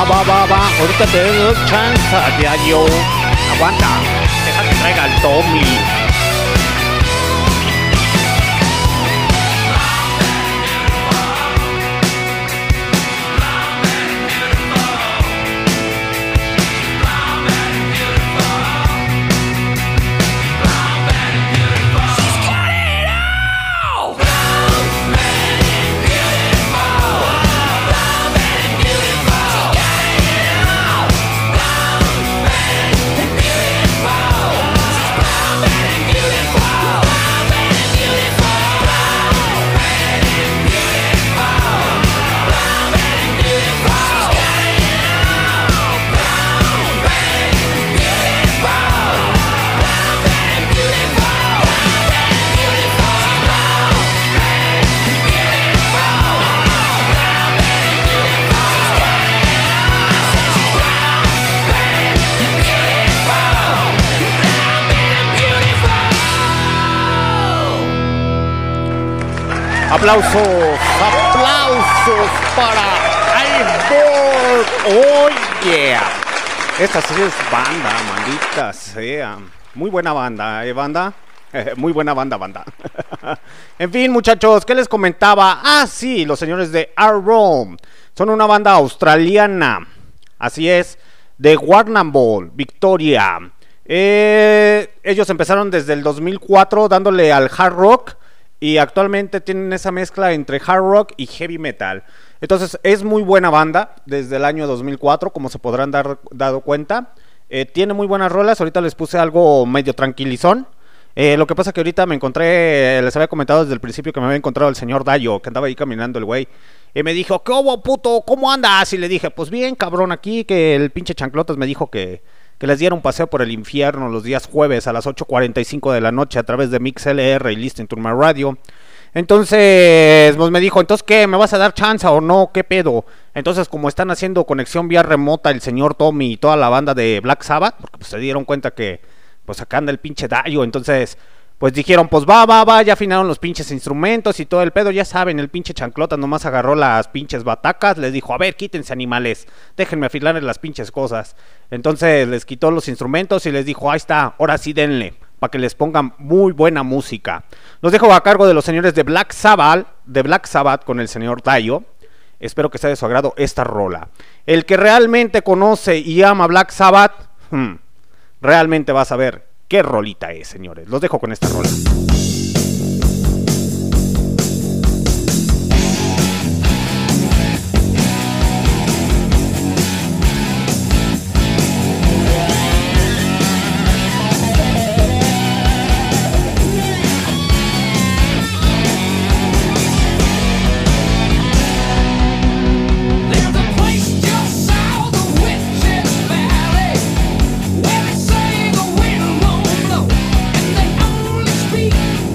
Va, va, va, va. Ahorita te doy chance, diario. Aguanta. Deja que traiga el Tommy. Aplausos, aplausos para iBoard. Oh yeah. Esta sí es banda, maldita sea. Muy buena banda, ¿eh, banda? Muy buena banda, banda. En fin, muchachos, ¿qué les comentaba? Ah, sí, los señores de Arrow. Son una banda australiana. Así es, de Warrnambool, Victoria. Eh, ellos empezaron desde el dos mil cuatro dándole al hard rock. Y actualmente tienen esa mezcla entre hard rock y heavy metal. Entonces es muy buena banda desde el año dos mil cuatro, como se podrán dar dado cuenta. Eh, tiene muy buenas rolas. Ahorita les puse algo medio tranquilizón. Eh, lo que pasa que ahorita me encontré, les había comentado desde el principio que me había encontrado el señor Dayo, que andaba ahí caminando el güey. Y me dijo, ¿qué hubo, puto? ¿Cómo andas? Y le dije, pues bien, cabrón, aquí que el pinche Chanclotas me dijo que... que les diera un paseo por el infierno los días jueves a las ocho cuarenta y cinco de la noche a través de MixLR y Listen to My Radio. Entonces, pues me dijo, ¿entonces qué? ¿Me vas a dar chance o no? ¿Qué pedo? Entonces, como están haciendo conexión vía remota el señor Tommy y toda la banda de Black Sabbath, porque pues se dieron cuenta que, pues acá anda el pinche Dayo, entonces... pues dijeron, pues va, va, va, ya afinaron los pinches instrumentos y todo el pedo, ya saben, el pinche Chanclota nomás agarró las pinches batacas, les dijo, a ver, quítense animales, déjenme afilar las pinches cosas. Entonces les quitó los instrumentos y les dijo, ahí está, ahora sí denle, para que les pongan muy buena música. Los dejo a cargo de los señores de Black Sabbath, de Black Sabbath con el señor Dayo. Espero que sea de su agrado esta rola. El que realmente conoce y ama Black Sabbath, hmm, realmente va a saber qué rolita es, señores. Los dejo con esta rola. Where they say the wind won't blow, and they only speak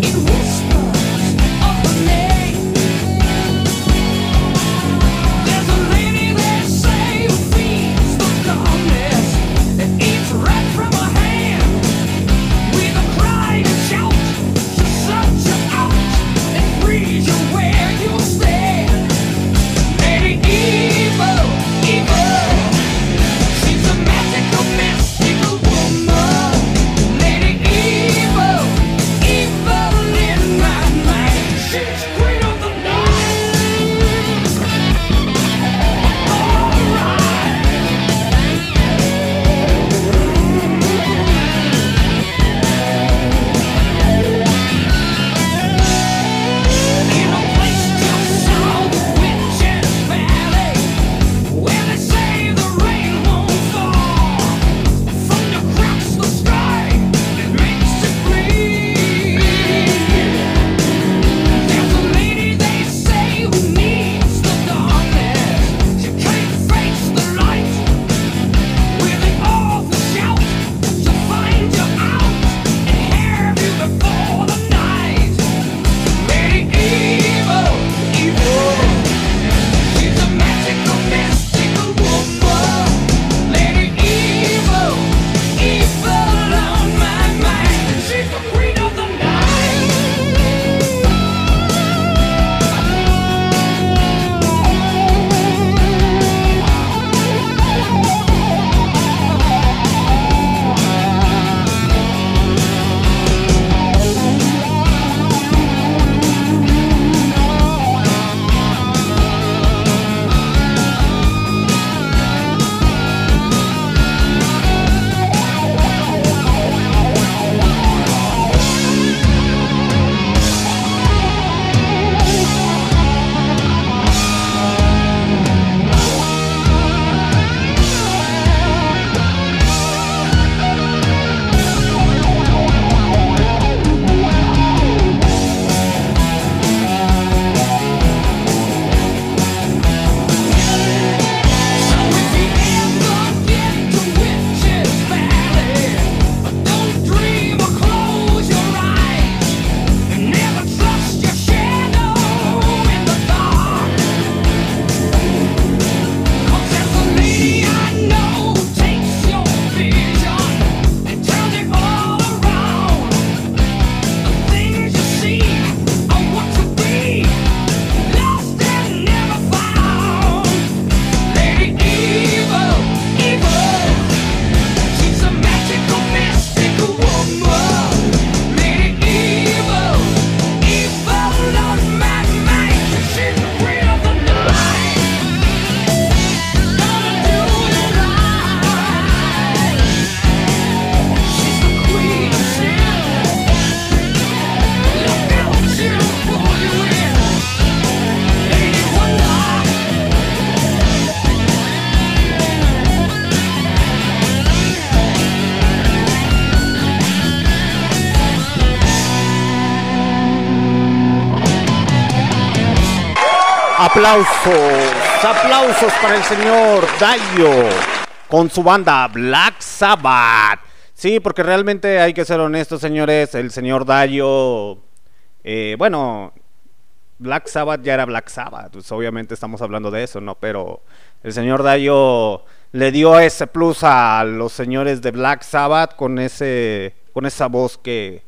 Aplausos, aplausos para el señor Dio con su banda Black Sabbath. Sí, porque realmente hay que ser honestos, señores. El señor Dio, eh, bueno, Black Sabbath ya era Black Sabbath, pues obviamente estamos hablando de eso, ¿no? Pero el señor Dio le dio ese plus a los señores de Black Sabbath con ese, con esa voz que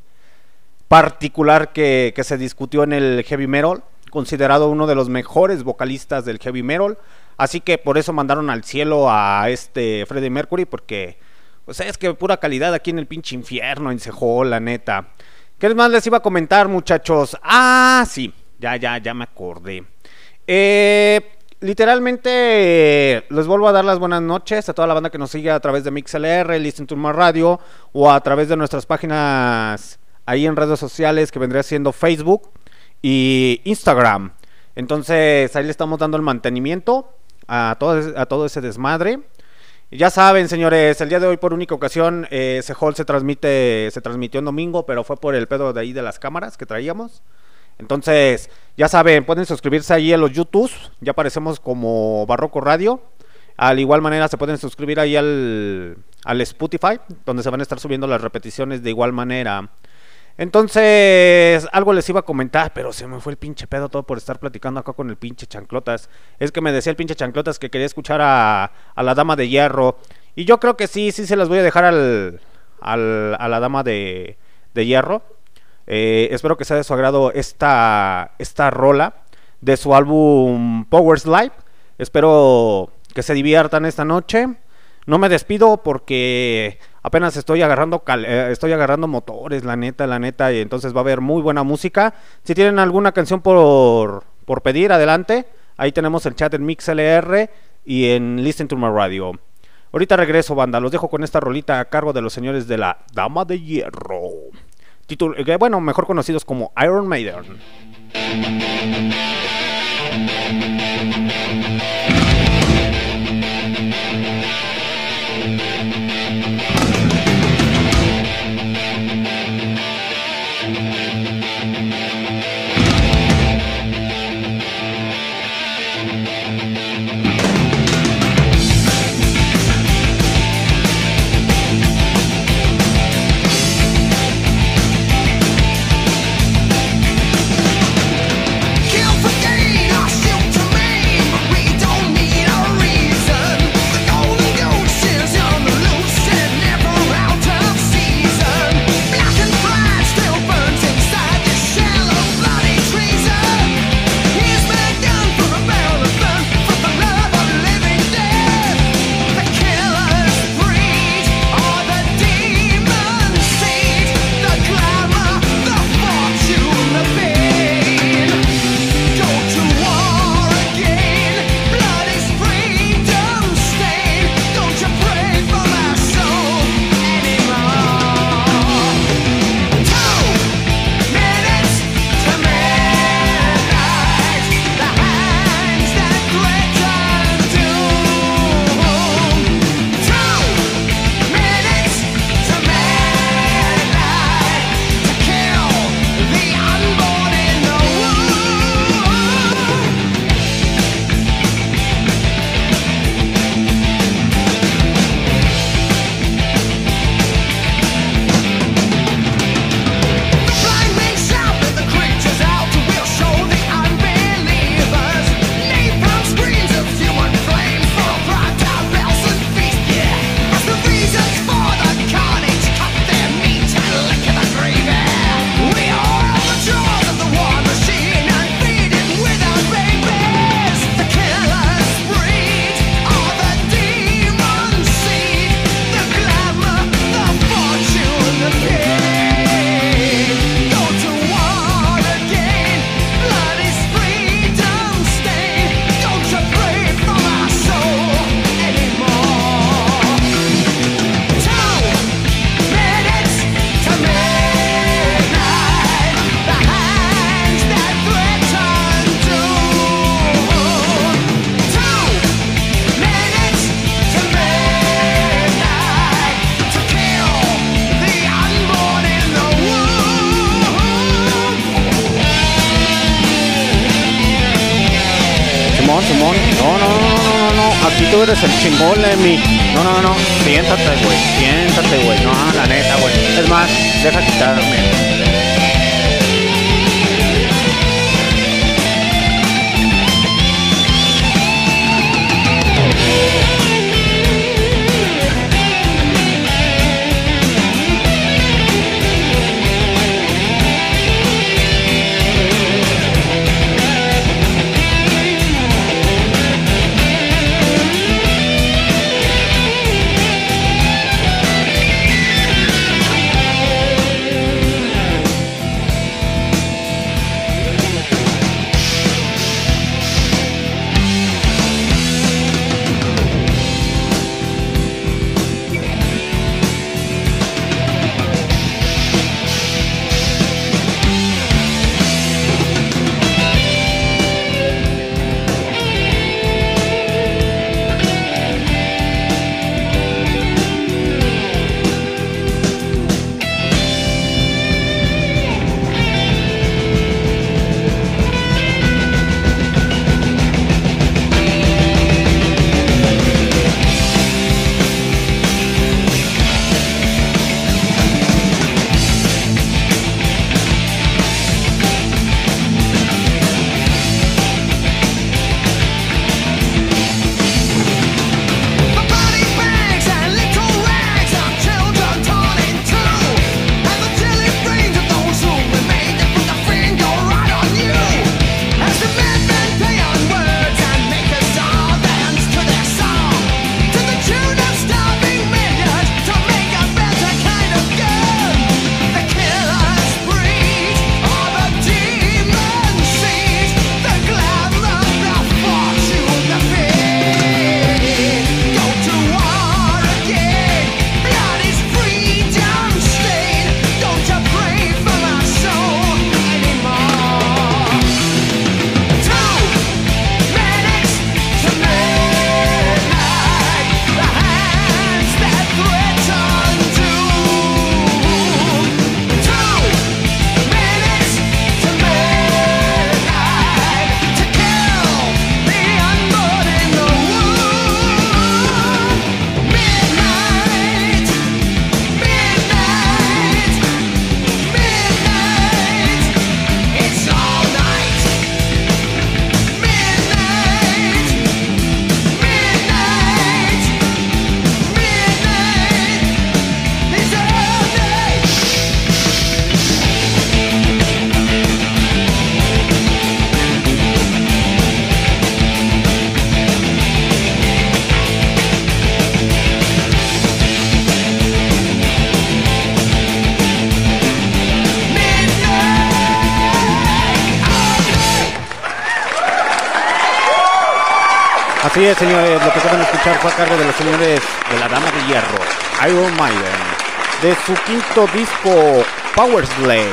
particular que, que se discutió en el heavy metal, considerado uno de los mejores vocalistas del heavy metal. Así que por eso mandaron al cielo a este Freddie Mercury, porque pues es que pura calidad aquí en el pinche infierno, en Sejol, la neta. ¿Qué más les iba a comentar, muchachos? Ah, sí, ya, ya, ya me acordé. Eh, literalmente eh, les vuelvo a dar las buenas noches a toda la banda que nos sigue a través de MixLR, Listen to My Radio, o a través de nuestras páginas ahí en redes sociales, que vendría siendo Facebook y Instagram. Entonces ahí le estamos dando el mantenimiento a todo, a todo ese desmadre. Ya saben, señores, el día de hoy por única ocasión eh, Sejol se transmite, se transmitió en domingo, pero fue por el pedo de ahí de las cámaras que traíamos. Entonces, ya saben, pueden suscribirse ahí a los YouTube, ya aparecemos como Barroco Radio. Al igual manera se pueden suscribir ahí al, al Spotify, donde se van a estar subiendo las repeticiones de igual manera. Entonces, algo les iba a comentar, pero se me fue el pinche pedo todo por estar platicando acá con el pinche Chanclotas. Es que me decía el pinche Chanclotas que quería escuchar a, a la Dama de Hierro. Y yo creo que sí, sí se las voy a dejar al, al, a la Dama de, de Hierro. Eh, espero que sea de su agrado esta, esta rola de su álbum Powers Live. Espero que se diviertan esta noche. No me despido porque apenas estoy agarrando cal eh, estoy agarrando motores, la neta, la neta, y entonces va a haber muy buena música. Si tienen alguna canción por, por pedir, adelante. Ahí tenemos el chat en MixLR y en Listen to My Radio. Ahorita regreso, banda. Los dejo con esta rolita a cargo de los señores de la Dama de Hierro. Título, eh, bueno, mejor conocidos como Iron Maiden. Kill for gain, I shoot to aquí tú eres el chingón, Lemmy. No, no, no, siéntate, güey, siéntate, güey. No, la neta, güey. Es más, deja quitarme. Así es, señores, lo que acaban de escuchar fue a cargo de los señores de la Dama de Hierro, Iron Maiden, de su quinto disco, Power Slave.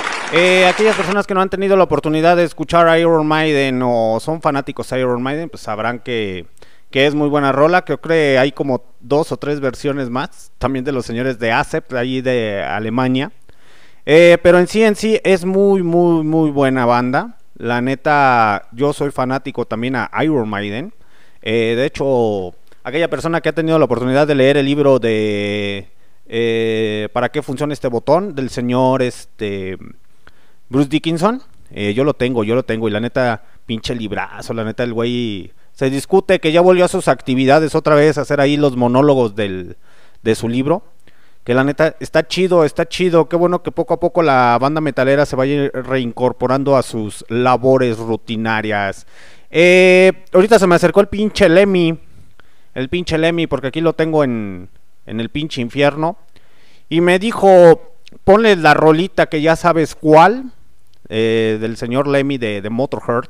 Eh, aquellas personas que no han tenido la oportunidad de escuchar a Iron Maiden o son fanáticos de Iron Maiden, pues sabrán que, que es muy buena rola. Creo que hay como dos o tres versiones más, también de los señores de Accept, ahí de Alemania. Eh, pero en sí, en sí, es muy, muy, muy buena banda. La neta, yo soy fanático también a Iron Maiden. Eh, de hecho, aquella persona que ha tenido la oportunidad de leer el libro de eh, ¿Para qué funciona este botón? Del señor este Bruce Dickinson, eh, yo lo tengo, yo lo tengo. Y la neta, pinche librazo, la neta, el güey se discute que ya volvió a sus actividades otra vez, a hacer ahí los monólogos del, de su libro. Que la neta, está chido, está chido. Qué bueno que poco a poco la banda metalera se vaya reincorporando a sus labores rutinarias. Eh, ahorita se me acercó el pinche Lemmy, el pinche Lemmy, porque aquí lo tengo en, en el pinche infierno. Y me dijo, ponle la rolita que ya sabes cuál, eh, del señor Lemmy de, de Motorhead.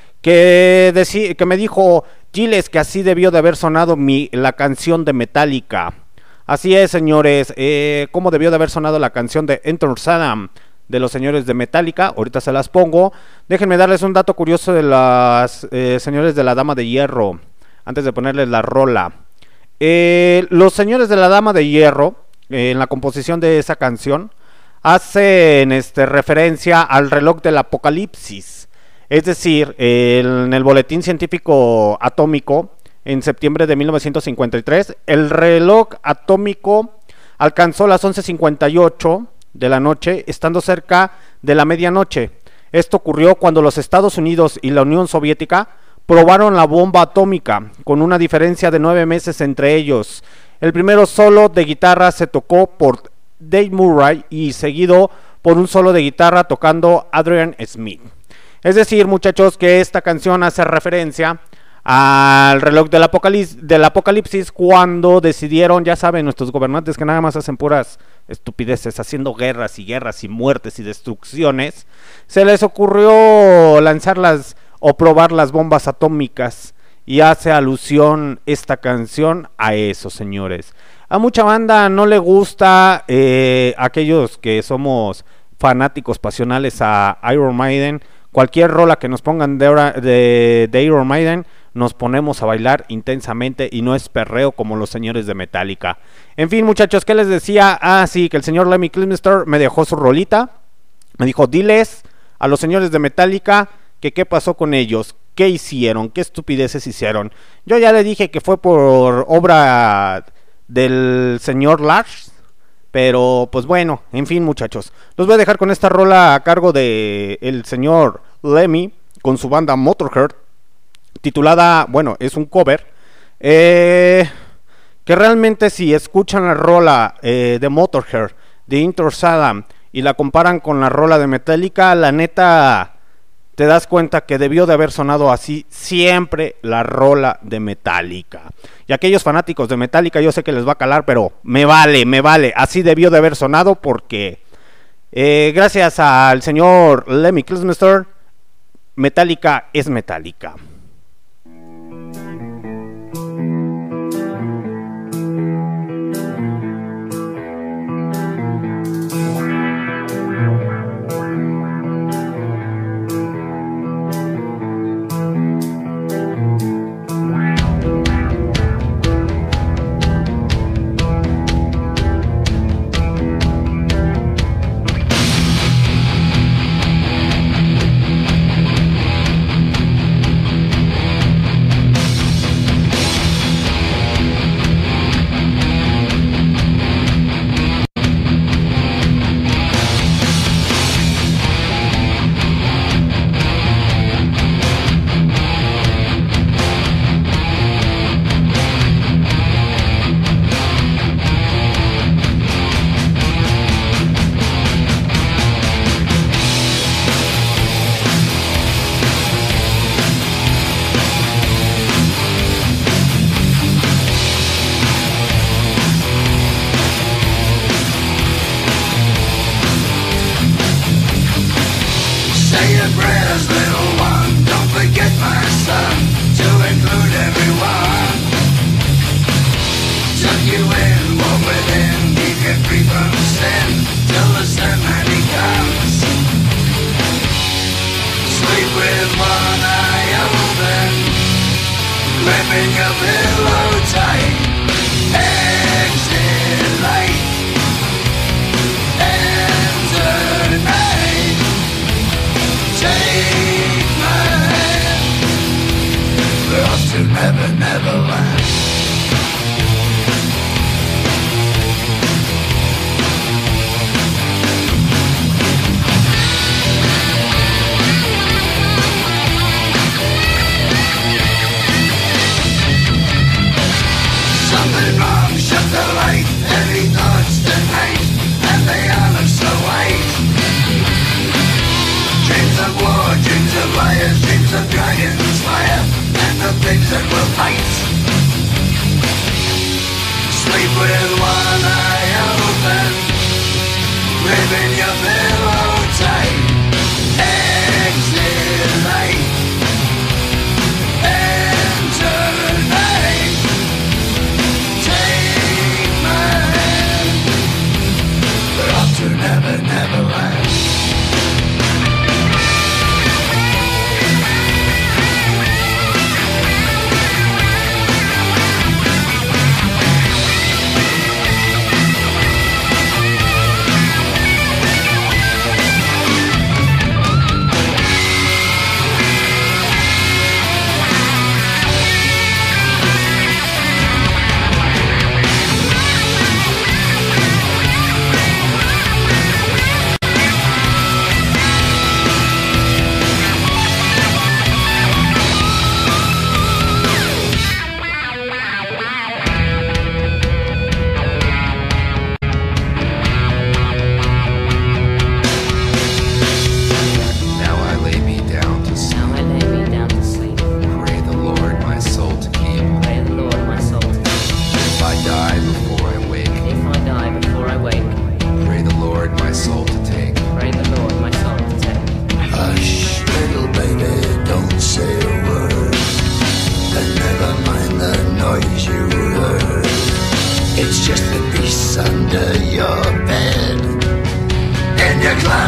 Que, decí, que me dijo, diles que así debió de haber sonado mi, la canción de Metallica. Así es, señores, eh, ¿cómo debió de haber sonado la canción de Enter Sandman de los señores de Metallica? Ahorita se las pongo. Déjenme darles un dato curioso de los eh, señores de la Dama de Hierro, antes de ponerles la rola. Eh, los señores de la Dama de Hierro, eh, en la composición de esa canción, hacen este, referencia al reloj del apocalipsis. Es decir, eh, en el boletín científico atómico, en septiembre de mil novecientos cincuenta y tres. El reloj atómico alcanzó las once cincuenta y ocho de la noche, estando cerca de la medianoche. Esto ocurrió cuando los Estados Unidos y la Unión Soviética probaron la bomba atómica, con una diferencia de nueve meses entre ellos. El primero solo de guitarra se tocó por Dave Murray y seguido por un solo de guitarra tocando Adrian Smith. Es decir, muchachos, que esta canción hace referencia al reloj del apocalipsis, del apocalipsis cuando decidieron, ya saben, nuestros gobernantes que nada más hacen puras estupideces, haciendo guerras y guerras y muertes y destrucciones, se les ocurrió lanzarlas o probar las bombas atómicas, y hace alusión esta canción a eso, señores. A mucha banda no le gusta, eh, aquellos que somos fanáticos pasionales a Iron Maiden, cualquier rola que nos pongan de, de, de Iron Maiden, nos ponemos a bailar intensamente y no es perreo como los señores de Metallica. En fin, muchachos, ¿qué les decía? Ah, sí, que el señor Lemmy Kilmister me dejó su rolita. Me dijo, diles a los señores de Metallica que qué pasó con ellos, qué hicieron, qué estupideces hicieron. Yo ya le dije que fue por obra del señor Lars, pero pues bueno, en fin, muchachos, los voy a dejar con esta rola a cargo de el señor Lemmy con su banda Motorhead, titulada, bueno, es un cover, eh, que realmente si escuchan la rola eh, de Motorhead de Enter Sandman y la comparan con la rola de Metallica, la neta te das cuenta que debió de haber sonado así siempre la rola de Metallica. Y aquellos fanáticos de Metallica, yo sé que les va a calar, pero me vale, me vale, así debió de haber sonado porque eh, gracias al señor Lemmy Kilmister, Metallica es Metallica.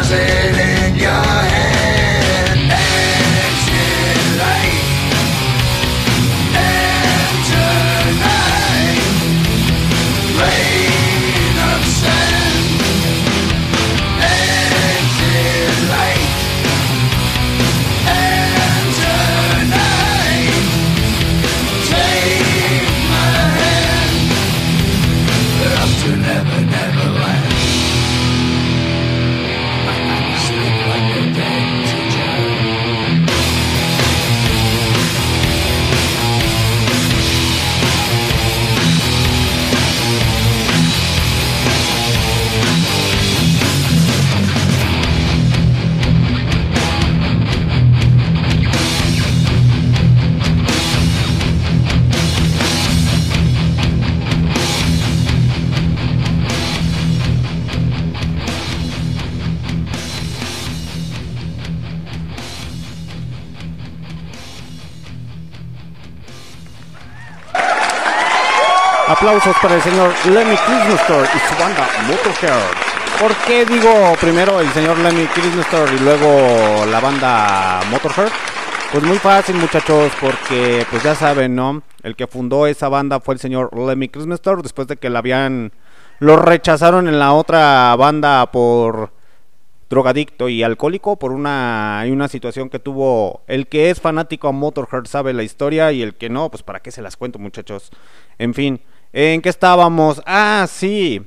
Aplausos para el señor Lemmy Kilmister y su banda Motorhead. ¿Por qué digo primero el señor Lemmy Kilmister y luego la banda Motorhead? Pues muy fácil, muchachos, porque pues ya saben, ¿no? El que fundó esa banda fue el señor Lemmy Kilmister, después de que la habían lo rechazaron en la otra banda por drogadicto y alcohólico, por una hay una situación que tuvo. El que es fanático a Motorhead sabe la historia, y el que no, pues para qué se las cuento, muchachos. En fin, ¿en qué estábamos? Ah, sí,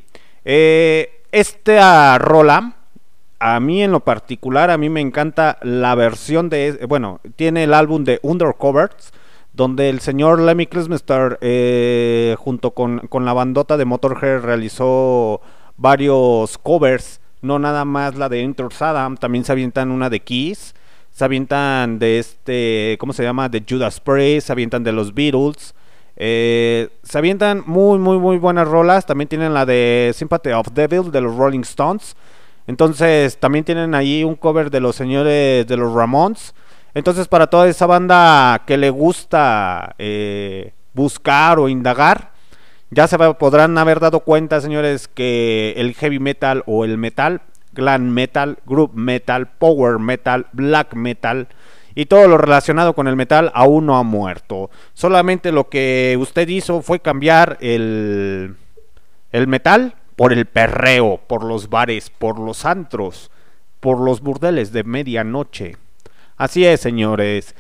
eh, esta rola, a mí en lo particular, a mí me encanta la versión de, bueno, tiene el álbum de Undercovers, donde el señor Lemmy Kilmister, eh, junto con, con la bandota de Motorhead, realizó varios covers. No nada más la de Enter Sandman, también se avientan una de Kiss, se avientan de este, ¿cómo se llama? De Judas Priest, se avientan de los Beatles, eh, se avientan muy, muy, muy buenas rolas. También tienen la de Sympathy of the Devil de los Rolling Stones. Entonces también tienen ahí un cover de los señores de los Ramones. Entonces, para toda esa banda que le gusta eh, buscar o indagar, ya se podrán haber dado cuenta, señores, que el heavy metal o el metal, glam metal, group metal, power metal, black metal y todo lo relacionado con el metal aún no ha muerto. Solamente lo que usted hizo fue cambiar el, el metal por el perreo, por los bares, por los antros, por los burdeles de medianoche. Así es, señores.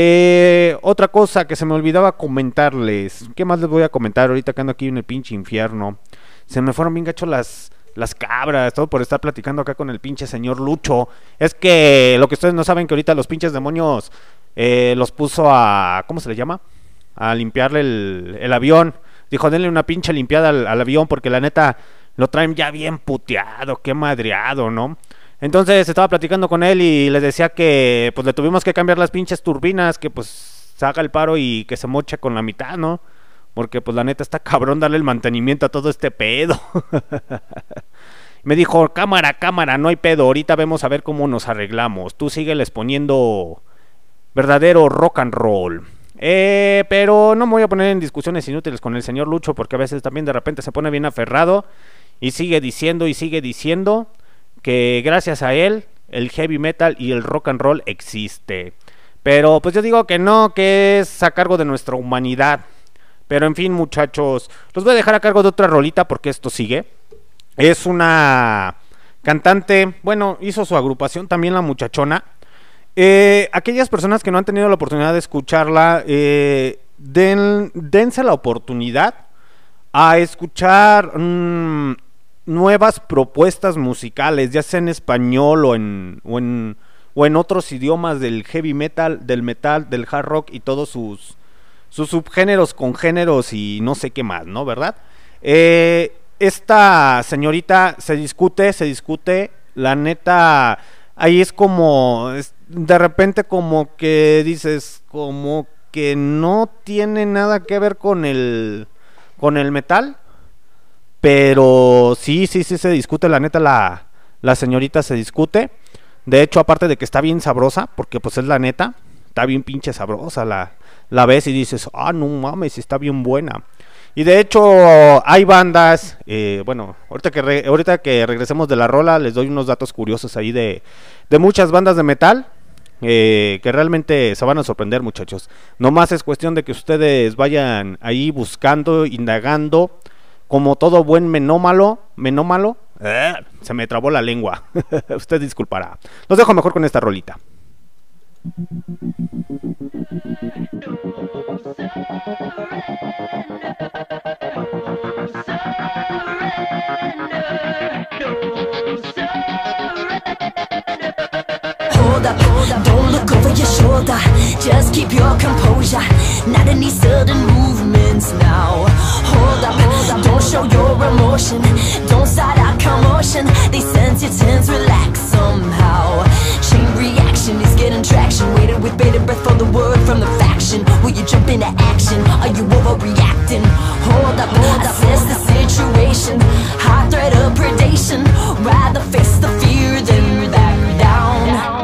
Eh, otra cosa que se me olvidaba comentarles. ¿Qué más les voy a comentar ahorita que ando aquí en el pinche infierno? Se me fueron bien gacho las, las cabras, todo por estar platicando acá con el pinche señor Lucho. Es que lo que ustedes no saben, que ahorita los pinches demonios eh, los puso a... ¿cómo se le llama? A limpiarle el, el avión. Dijo, denle una pinche limpiada al, al avión, porque la neta lo traen ya bien puteado, qué madreado, ¿no? Entonces estaba platicando con él y les decía que pues le tuvimos que cambiar las pinches turbinas, que pues se haga el paro y que se moche con la mitad, ¿no? Porque pues la neta está cabrón darle el mantenimiento a todo este pedo. Me dijo, cámara, cámara, no hay pedo, ahorita vemos a ver cómo nos arreglamos. Tú sígueles poniendo verdadero rock and roll. Eh, pero no me voy a poner en discusiones inútiles con el señor Lucho, porque a veces también de repente se pone bien aferrado y sigue diciendo y sigue diciendo que gracias a él el heavy metal y el rock and roll existe. Pero pues yo digo que no, que es a cargo de nuestra humanidad. Pero en fin, muchachos, los voy a dejar a cargo de otra rolita, porque esto sigue. Es una cantante, bueno, hizo su agrupación también la muchachona. Eh, aquellas personas que no han tenido la oportunidad de escucharla, eh, den, dense la oportunidad a escuchar mmm, nuevas propuestas musicales, ya sea en español o en, o en o en otros idiomas del heavy metal, del metal, del hard rock y todos sus sus subgéneros, congéneros y no sé qué más, ¿no? ¿Verdad? Eh, esta señorita se discute, se discute, la neta, ahí es como, es, de repente como que dices, como que no tiene nada que ver con el con el metal. Pero sí, sí, sí se discute, la neta, la, la señorita se discute. De hecho, aparte de que está bien sabrosa, porque pues es la neta, está bien pinche sabrosa, la, la ves y dices, ah, no mames, está bien buena. Y de hecho hay bandas, eh, bueno, ahorita que, re, ahorita que regresemos de la rola les doy unos datos curiosos ahí de, de muchas bandas de metal, eh, que realmente se van a sorprender, muchachos. Nomás es cuestión de que ustedes vayan ahí buscando, indagando, como todo buen menómalo, menómalo, eh, se me trabó la lengua, usted disculpará. Los dejo mejor con esta rolita. Hold up, hold up, don't look over your shoulder. Just keep your composure. Not any sudden movements now. Hold up, hold up, don't show your emotion. Don't start a commotion. They sense your tense, relax somehow. Chain reaction is getting traction. Waiting with bated breath for the word from the faction. Will you jump into action? Are you overreacting? Hold up, hold up, assess the situation. High threat of predation. Rather face the fear than back down.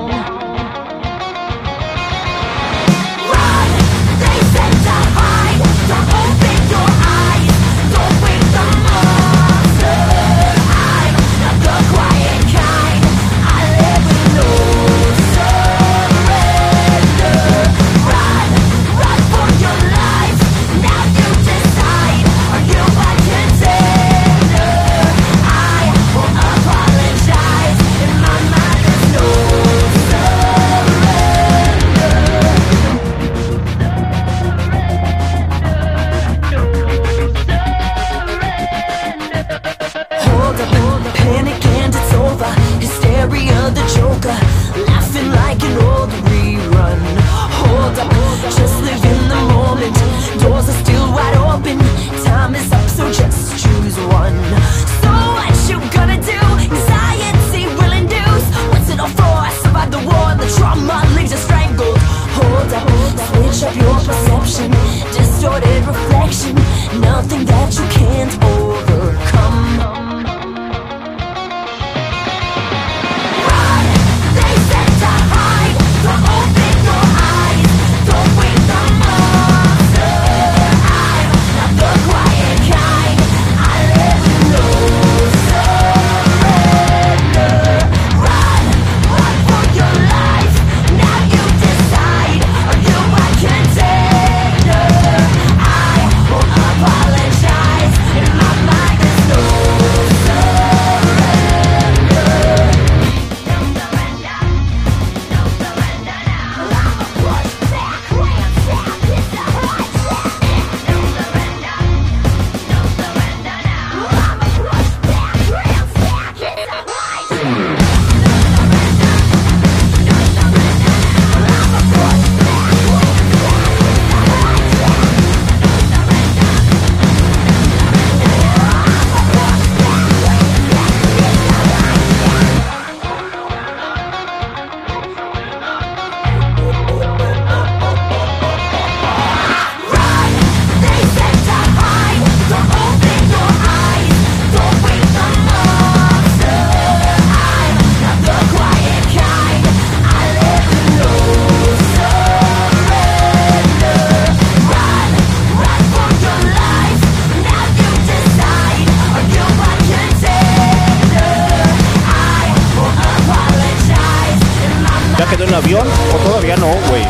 El avión o todavía no, güey.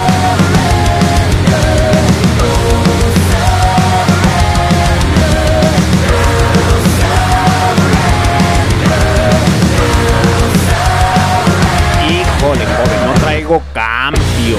Híjole, joven, no traigo cambio.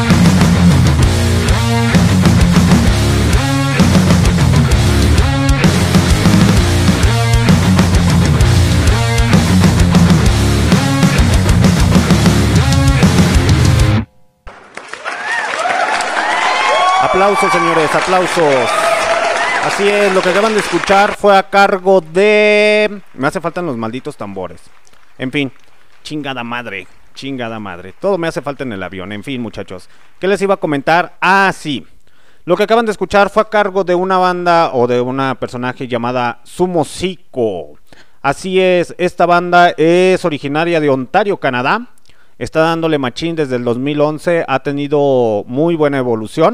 Aplausos, señores, aplausos. Así es, lo que acaban de escuchar fue a cargo de... Me hace falta los malditos tambores. En fin, chingada madre, chingada madre. Todo me hace falta en el avión, en fin, muchachos. ¿Qué les iba a comentar? Ah, sí. Lo que acaban de escuchar fue a cargo de una banda o de una personaje llamada Sumo Cyco. Así es, esta banda es originaria de Ontario, Canadá. Está dándole machín desde el dos mil once, ha tenido muy buena evolución.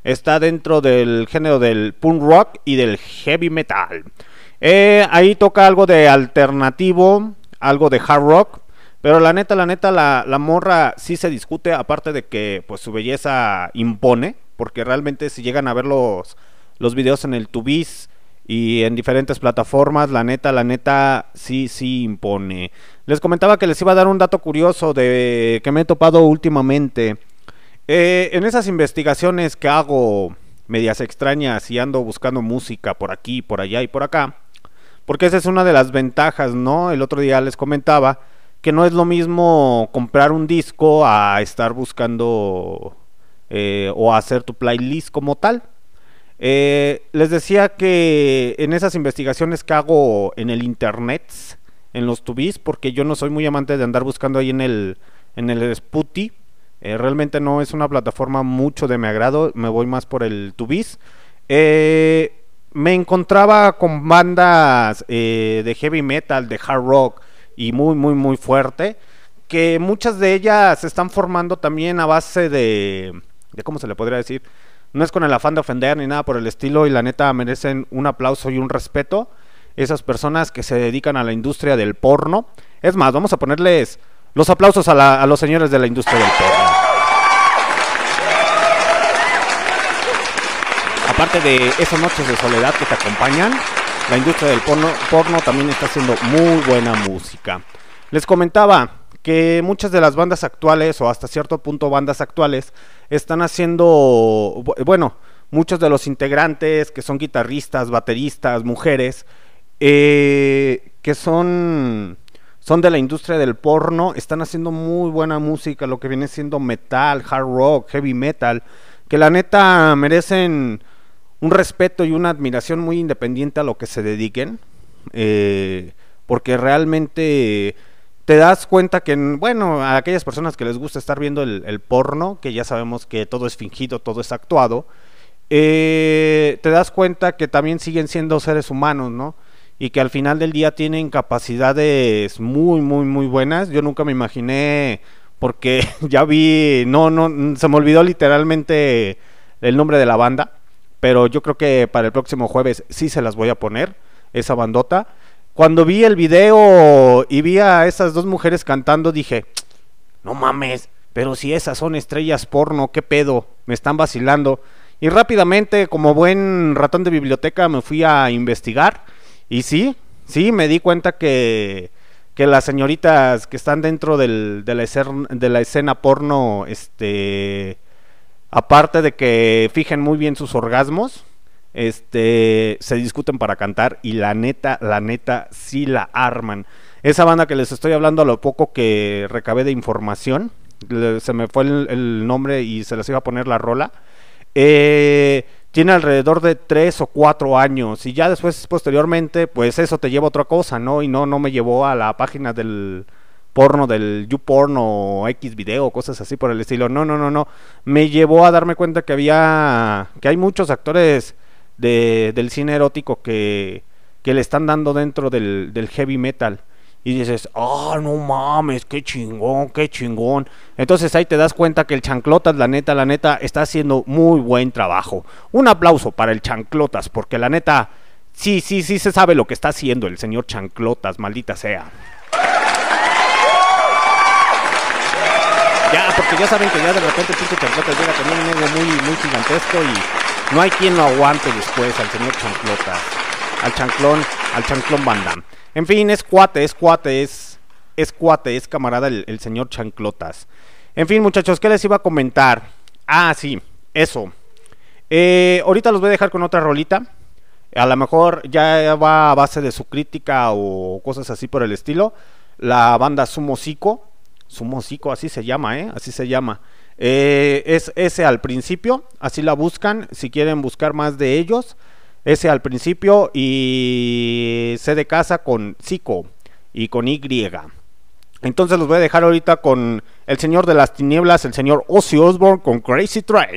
está dentro del género del punk rock y del heavy metal. Eh, ahí toca algo de alternativo, algo de hard rock, pero la neta, la neta, la, la morra sí se discute, aparte de que pues su belleza impone, porque realmente si llegan a ver los, los videos en el Tubis y en diferentes plataformas, la neta, la neta, sí, sí impone. Les comentaba que les iba a dar un dato curioso de que me he topado últimamente. Eh, en esas investigaciones que hago medias extrañas y ando buscando música por aquí, por allá y por acá, porque esa es una de las ventajas, ¿no? El otro día les comentaba que no es lo mismo comprar un disco a estar buscando eh, o hacer tu playlist como tal. Eh, les decía que en esas investigaciones que hago en el internet, en los tubis, porque yo no soy muy amante de andar buscando ahí en el, en el Spotify, eh, realmente no es una plataforma mucho de mi agrado, me voy más por el tubis. Eh, me encontraba con bandas eh, de heavy metal, de hard rock y muy muy muy fuerte, que muchas de ellas se están formando también a base de, de ¿cómo se le podría decir? No es con el afán de ofender ni nada por el estilo, y la neta merecen un aplauso y un respeto esas personas que se dedican a la industria del porno. Es más, vamos a ponerles los aplausos a, la, a los señores de la industria del porno. Aparte de esas noches de soledad que te acompañan, la industria del porno, porno también está haciendo muy buena música. Les comentaba que muchas de las bandas actuales, o hasta cierto punto bandas actuales, están haciendo, bueno, muchos de los integrantes que son guitarristas, bateristas, mujeres, eh, que son, son de la industria del porno, están haciendo muy buena música, lo que viene siendo metal, hard rock, heavy metal, que la neta merecen un respeto y una admiración muy independiente a lo que se dediquen, eh, porque realmente te das cuenta que, bueno, a aquellas personas que les gusta estar viendo el, el porno, que ya sabemos que todo es fingido, todo es actuado, eh, te das cuenta que también siguen siendo seres humanos, ¿no? Y que al final del día tienen capacidades muy, muy, muy buenas. Yo nunca me imaginé, porque ya vi, no, no, se me olvidó literalmente el nombre de la banda, pero yo creo que para el próximo jueves sí se las voy a poner, esa bandota. Cuando vi el video y vi a esas dos mujeres cantando, dije, no mames, pero si esas son estrellas porno, ¿qué pedo? Me están vacilando. Y rápidamente, como buen ratón de biblioteca, me fui a investigar. Y sí, sí, me di cuenta que, que las señoritas que están dentro del, de, la escena, de la escena porno, este, aparte de que fijen muy bien sus orgasmos, este, se discuten para cantar, y la neta, la neta, sí la arman. Esa banda que les estoy hablando, a lo poco que recabé de información, le, se me fue el, el nombre y se les iba a poner la rola, eh... tiene alrededor de tres o cuatro años, y ya después, posteriormente, pues eso te lleva a otra cosa, ¿no? Y no, no me llevó a la página del porno, del YouPorn o X video, cosas así por el estilo. No, no, no, no. Me llevó a darme cuenta que había, que hay muchos actores de, del cine erótico que, que le están dando dentro del, del heavy metal. Y dices, ah, oh, no mames, qué chingón, qué chingón. Entonces ahí te das cuenta que el Chanclotas, la neta, la neta, está haciendo muy buen trabajo. Un aplauso para el Chanclotas, porque la neta, sí, sí, sí se sabe lo que está haciendo el señor Chanclotas, maldita sea. Ya, porque ya saben que ya de repente el pinche Chanclotas llega con un ego muy, muy gigantesco, y no hay quien lo aguante después al señor Chanclotas, al chanclón, al chanclón Van Damme. En fin, es cuate, es cuate, es, es cuate, es camarada el, el señor Chanclotas. En fin, muchachos, ¿qué les iba a comentar? Ah, sí, eso. Eh, ahorita los voy a dejar con otra rolita. A lo mejor ya va a base de su crítica o cosas así por el estilo. La banda Sumo Cico. Sumo Cico, así se llama, ¿eh? Así se llama. Eh, es ese al principio, así la buscan, si quieren buscar más de ellos. Ese al principio, y C de casa con Cico y con Y. Entonces los voy a dejar ahorita con el señor de las tinieblas, el señor Ozzy Osbourne, con Crazy Train.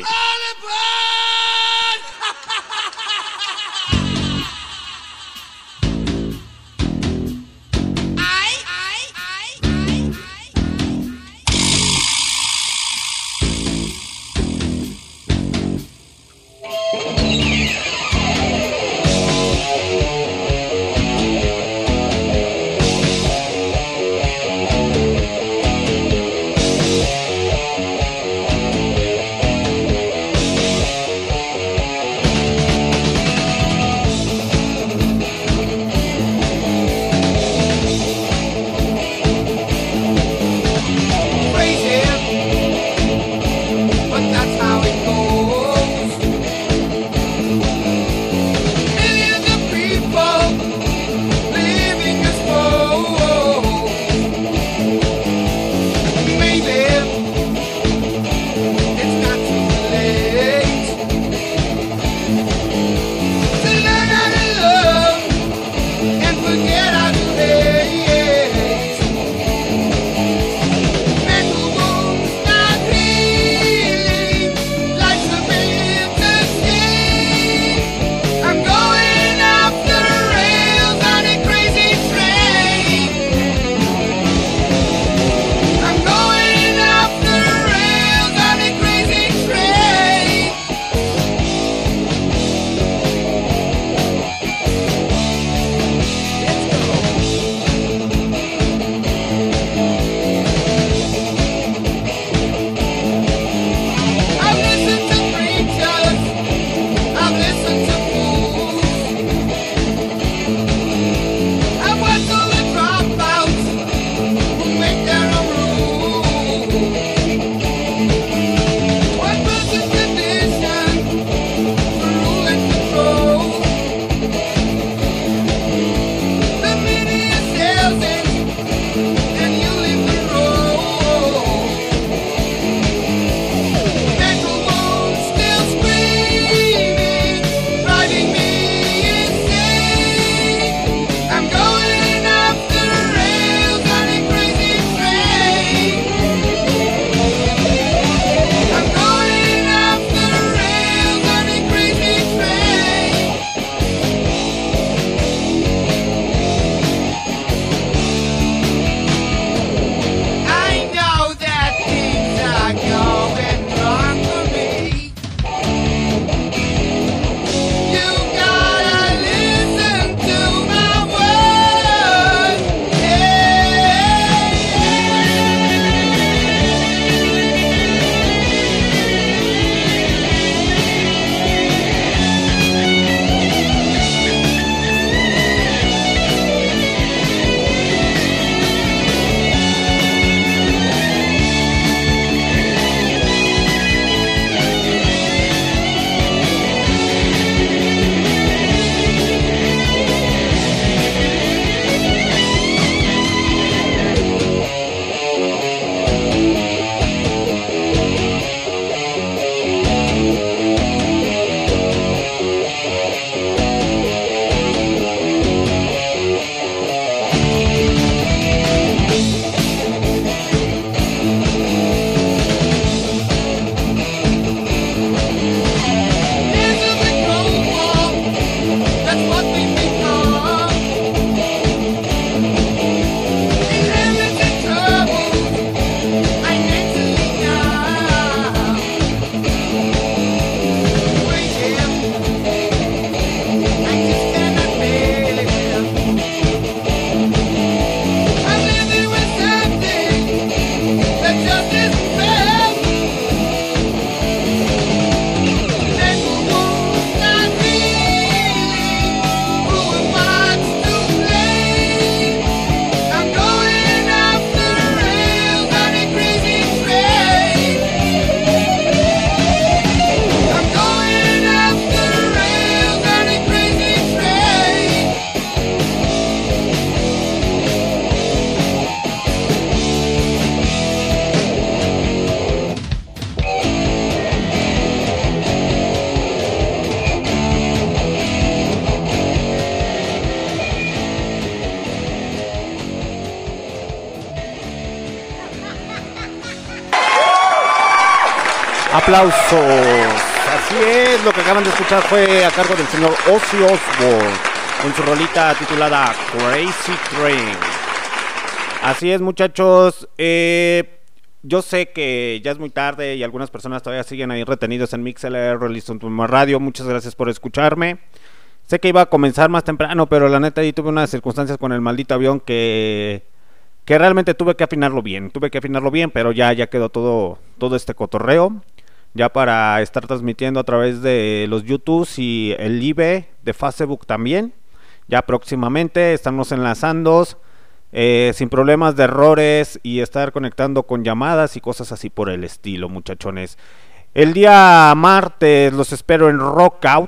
Aplausos. Así es, lo que acaban de escuchar fue a cargo del señor Ozzy Osbourne con su rolita titulada Crazy Train. Así es, muchachos. Eh, yo sé que ya es muy tarde y algunas personas todavía siguen ahí retenidos en MixLR, Listen to My Radio. Muchas gracias por escucharme. Sé que iba a comenzar más temprano, pero la neta ahí tuve unas circunstancias con el maldito avión que que realmente tuve que afinarlo bien. Tuve que afinarlo bien, pero ya ya quedó todo todo este cotorreo. Ya para estar transmitiendo a través de los YouTubes y el I B de Facebook también. Ya próximamente estamos enlazando eh, sin problemas de errores y estar conectando con llamadas y cosas así por el estilo, muchachones. El día martes los espero en Rockout,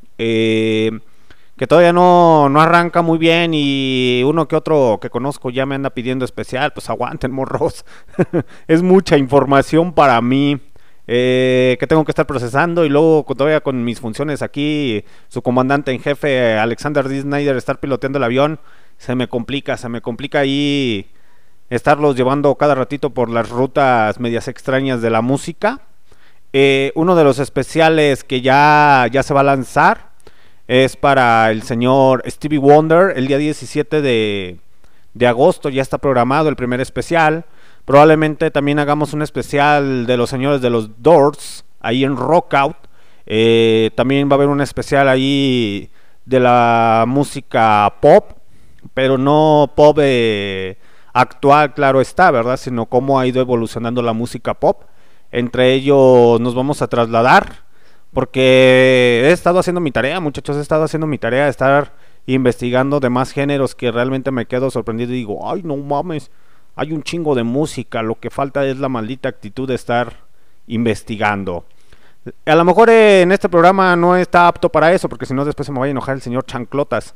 eh, que todavía no, no arranca muy bien y uno que otro que conozco ya me anda pidiendo especial. Pues aguanten, morros. Es mucha información para mí. Eh, que tengo que estar procesando y luego todavía con mis funciones aquí, su comandante en jefe Alexander D. Snyder estar piloteando el avión, se me complica, se me complica ahí estarlos llevando cada ratito por las rutas medias extrañas de la música. Eh, uno de los especiales que ya, ya se va a lanzar es para el señor Stevie Wonder, el día diecisiete de, de agosto ya está programado el primer especial. Probablemente también hagamos un especial de los señores de los Doors, ahí en Rockout. Eh, también va a haber un especial ahí de la música pop, pero no pop eh, actual, claro está, ¿verdad? Sino cómo ha ido evolucionando la música pop. Entre ellos nos vamos a trasladar, porque he estado haciendo mi tarea, muchachos, he estado haciendo mi tarea de estar investigando demás géneros que realmente me quedo sorprendido y digo, ay, no mames. Hay un chingo de música, lo que falta es la maldita actitud de estar investigando. A lo mejor eh, en este programa no está apto para eso, porque si no después se me va a enojar el señor Chanclotas.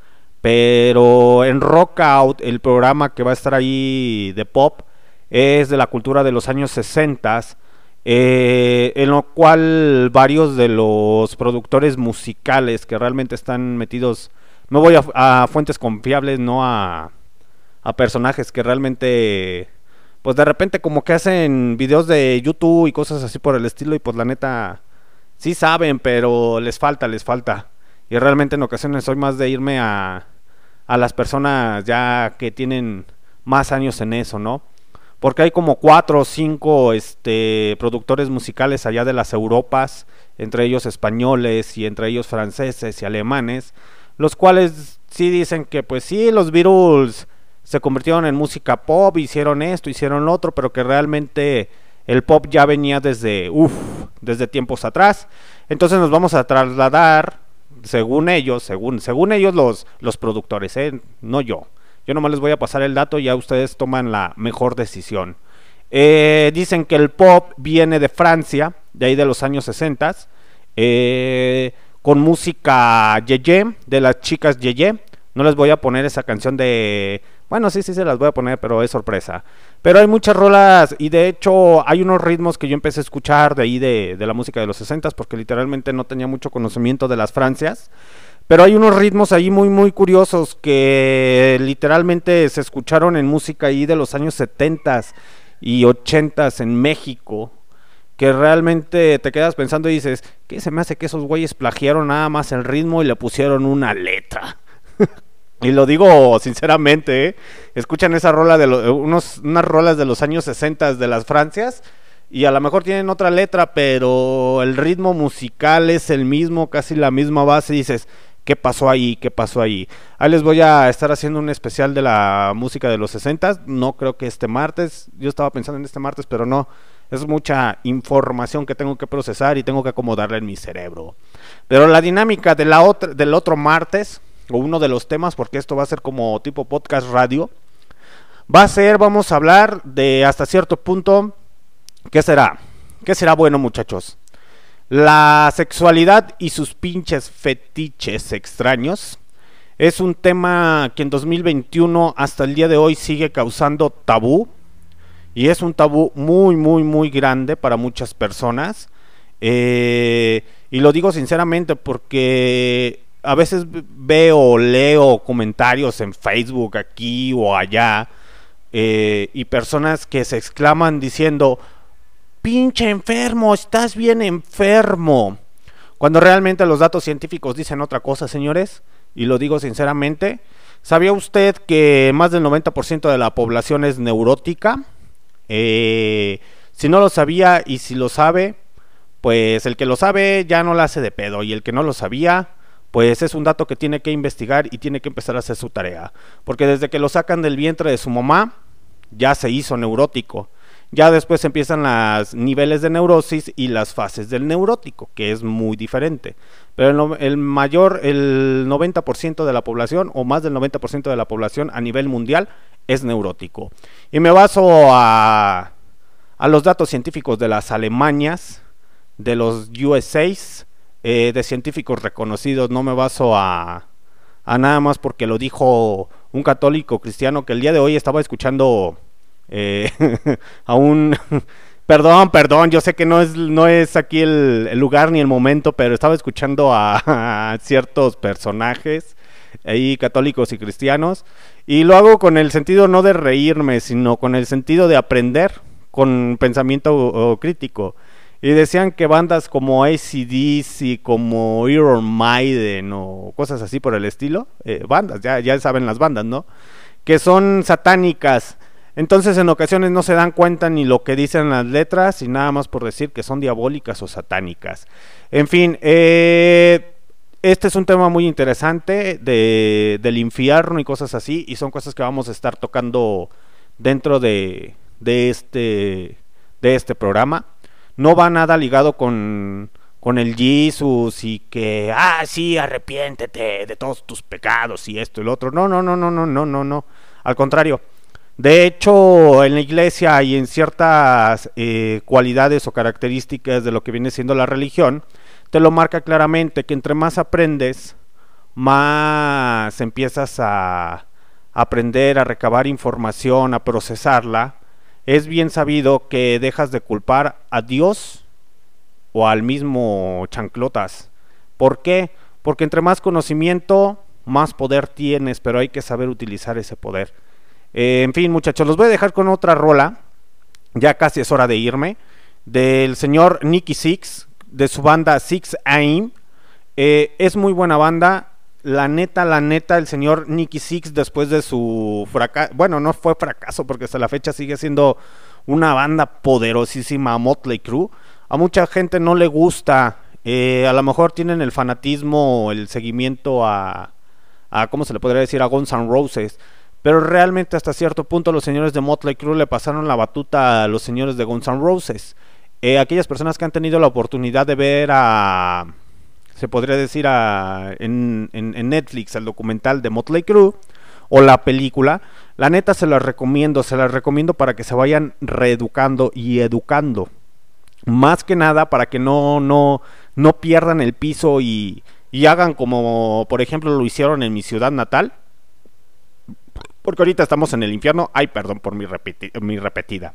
Pero en Rockout, el programa que va a estar ahí de pop, es de la cultura de los años sesenta, eh, en lo cual varios de los productores musicales que realmente están metidos, no voy a, a fuentes confiables, no a... a personajes que realmente pues de repente como que hacen videos de YouTube y cosas así por el estilo y pues la neta sí saben, pero les falta, les falta y realmente en ocasiones soy más de irme a, a las personas ya que tienen más años en eso, ¿no? Porque hay como cuatro o cinco este, productores musicales allá de las Europas, entre ellos españoles y entre ellos franceses y alemanes, los cuales sí dicen que pues sí, los Beatles se convirtieron en música pop, hicieron esto, hicieron lo otro, pero que realmente el pop ya venía desde, uff, desde tiempos atrás. Entonces nos vamos a trasladar, según ellos, según, según ellos los, los productores, ¿eh? No yo. Yo nomás les voy a pasar el dato y ya ustedes toman la mejor decisión. Eh, dicen que el pop viene de Francia, de ahí de los años sesenta, eh, con música yeye, de las chicas yeye. No les voy a poner esa canción de... Bueno, sí, sí se las voy a poner, pero es sorpresa. Pero hay muchas rolas y de hecho hay unos ritmos que yo empecé a escuchar de ahí de, de la música de los sesentas, porque literalmente no tenía mucho conocimiento de las Francias. Pero hay unos ritmos ahí muy muy curiosos que literalmente se escucharon en música ahí de los años setentas y ochentas en México, que realmente te quedas pensando y dices, ¿qué se me hace que esos güeyes plagiaron nada más el ritmo y le pusieron una letra? Y lo digo sinceramente, ¿eh? Escuchan esa rola de lo, unos, unas rolas de los años sesenta de las Francias y a lo mejor tienen otra letra, pero el ritmo musical es el mismo, casi la misma base. Y dices, ¿qué pasó ahí? ¿Qué pasó ahí? Ahí les voy a estar haciendo un especial de la música de los sesenta. No creo que este martes, yo estaba pensando en este martes, pero no. Es mucha información que tengo que procesar y tengo que acomodarla en mi cerebro. Pero la dinámica de la otra, del otro martes, o uno de los temas, porque esto va a ser como tipo podcast radio, va a ser, vamos a hablar de hasta cierto punto, ¿qué será? ¿Qué será bueno, muchachos? La sexualidad y sus pinches fetiches extraños es un tema que en dos mil veintiuno hasta el día de hoy sigue causando tabú, y es un tabú muy muy muy grande para muchas personas, eh, y lo digo sinceramente porque a veces veo, leo comentarios en Facebook aquí o allá, eh, y personas que se exclaman diciendo, pinche enfermo, estás bien enfermo. Cuando realmente los datos científicos dicen otra cosa, señores, y lo digo sinceramente. ¿Sabía usted que más del noventa por ciento de la población es neurótica? Eh, si no lo sabía y si lo sabe, pues el que lo sabe ya no la hace de pedo, y el que no lo sabía, pues es un dato que tiene que investigar y tiene que empezar a hacer su tarea, porque desde que lo sacan del vientre de su mamá, ya se hizo neurótico. Ya después empiezan los niveles de neurosis y las fases del neurótico, que es muy diferente. Pero el, no, el mayor, el noventa por ciento de la población, o más del noventa por ciento de la población a nivel mundial, es neurótico. Y me baso a, a los datos científicos de las Alemanias, de los U S As, eh, de científicos reconocidos. No me baso a, a nada más porque lo dijo un católico cristiano que el día de hoy estaba escuchando... Eh, a un perdón, perdón, yo sé que no es, no es aquí el, el lugar ni el momento, pero estaba escuchando a, a ciertos personajes ahí católicos y cristianos, y lo hago con el sentido no de reírme, sino con el sentido de aprender, con pensamiento o, o crítico. Y decían que bandas como A C D C, como Iron Maiden o cosas así por el estilo, eh, bandas, ya, ya saben las bandas, ¿no? Que son satánicas. Entonces en ocasiones no se dan cuenta ni lo que dicen las letras, y nada más por decir que son diabólicas o satánicas. En fin, eh, este es un tema muy interesante de, del infierno y cosas así, y son cosas que vamos a estar tocando dentro de, de, este, de este programa. No va nada ligado con, con el Jesus y que, ah, sí, arrepiéntete de todos tus pecados y esto y lo otro. No, no, no, no, no, no, no, no. Al contrario. De hecho, en la iglesia y en ciertas eh, cualidades o características de lo que viene siendo la religión, te lo marca claramente, que entre más aprendes, más empiezas a aprender, a recabar información, a procesarla. Es bien sabido que dejas de culpar a Dios o al mismo chanclotas. ¿Por qué? Porque entre más conocimiento, más poder tienes, pero hay que saber utilizar ese poder. Eh, en fin, muchachos, los voy a dejar con otra rola, ya casi es hora de irme, del señor Nikki Sixx, de su banda Six Aim. Eh, es muy buena banda, la neta, la neta, el señor Nikki Sixx, después de su fracaso, bueno, no fue fracaso porque hasta la fecha sigue siendo una banda poderosísima, Motley Crue. A mucha gente no le gusta, eh, a lo mejor tienen el fanatismo, el seguimiento a, a, ¿cómo se le podría decir?, a Guns N' Roses. Pero realmente hasta cierto punto los señores de Motley Crue le pasaron la batuta a los señores de Guns N' Roses. Eh, aquellas personas que han tenido la oportunidad de ver a, se podría decir a, en, en, en Netflix, el documental de Motley Crue o la película, la neta se las recomiendo, se las recomiendo para que se vayan reeducando y educando. Más que nada para que no, no, no pierdan el piso y, y hagan como por ejemplo lo hicieron en mi ciudad natal. Porque ahorita estamos en el infierno. Ay, perdón por mi, repeti mi repetida.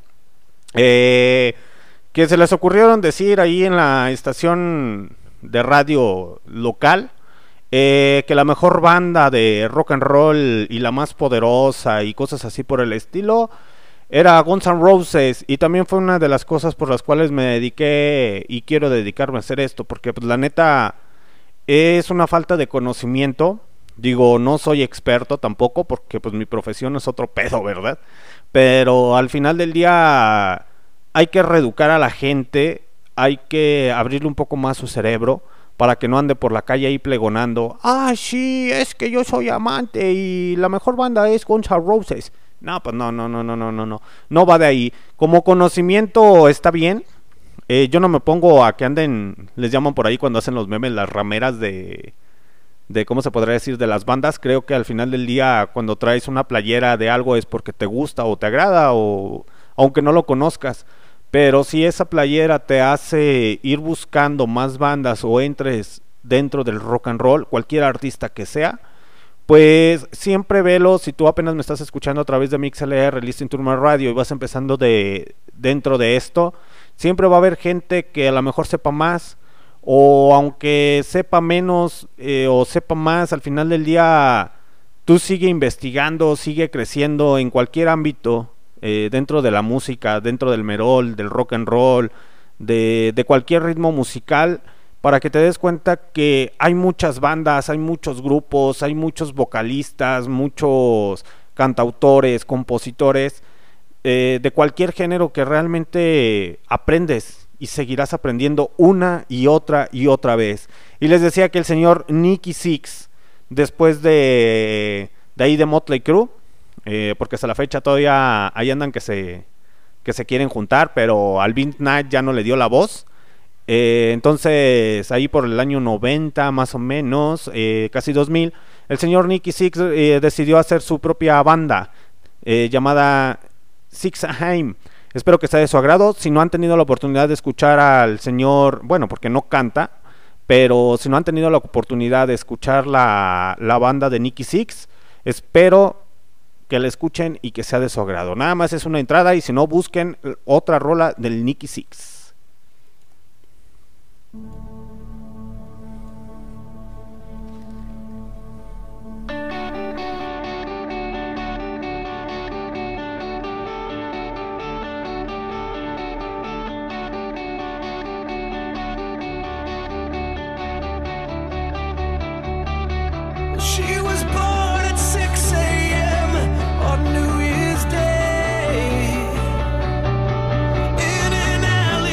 Eh, que se les ocurrieron decir ahí en la estación de radio local eh, que la mejor banda de rock and roll y la más poderosa y cosas así por el estilo era Guns N' Roses. Y también fue una de las cosas por las cuales me dediqué y quiero dedicarme a hacer esto. Porque pues la neta es una falta de conocimiento. Digo, no soy experto tampoco porque pues mi profesión es otro pedo, ¿verdad? Pero al final del día hay que reeducar a la gente, hay que abrirle un poco más su cerebro para que no ande por la calle ahí plegonando. Ah, sí, es que yo soy amante y la mejor banda es Guns N' Roses. No, pues no, no, no, no, no, no, no, no va de ahí. Como conocimiento está bien. Eh, yo no me pongo a que anden, les llaman por ahí cuando hacen los memes, las rameras de... de cómo se podría decir de las bandas. Creo que al final del día cuando traes una playera de algo es porque te gusta o te agrada, o aunque no lo conozcas. Pero si esa playera te hace ir buscando más bandas o entres dentro del rock and roll, cualquier artista que sea, pues siempre velo. Si tú apenas me estás escuchando a través de MixLR, Listen to My Radio, y vas empezando de dentro de esto, siempre va a haber gente que a lo mejor sepa más, o aunque sepa menos eh, o sepa más, al final del día tú sigue investigando, sigue creciendo en cualquier ámbito, eh, dentro de la música, dentro del merol, del rock and roll, de, de cualquier ritmo musical, para que te des cuenta que hay muchas bandas, hay muchos grupos, hay muchos vocalistas, muchos cantautores, compositores, eh, de cualquier género que realmente aprendes y seguirás aprendiendo una y otra y otra vez. Y les decía que el señor Nikki Sixx, después de, de ahí de Motley Crue, eh, porque hasta la fecha todavía ahí andan que se, que se quieren juntar, pero al Vince Knight ya no le dio la voz. Eh, entonces ahí por el año noventa más o menos, eh, casi dos mil, el señor Nikki Sixx eh, decidió hacer su propia banda eh, llamada Sixxheim. Espero que sea de su agrado. Si no han tenido la oportunidad de escuchar al señor, bueno, porque no canta, pero si no han tenido la oportunidad de escuchar la, la banda de Nikki Sixx, espero que la escuchen y que sea de su agrado. Nada más es una entrada, y si no, busquen otra rola del Nikki Sixx. She was born at six a.m. on New Year's Day in an alley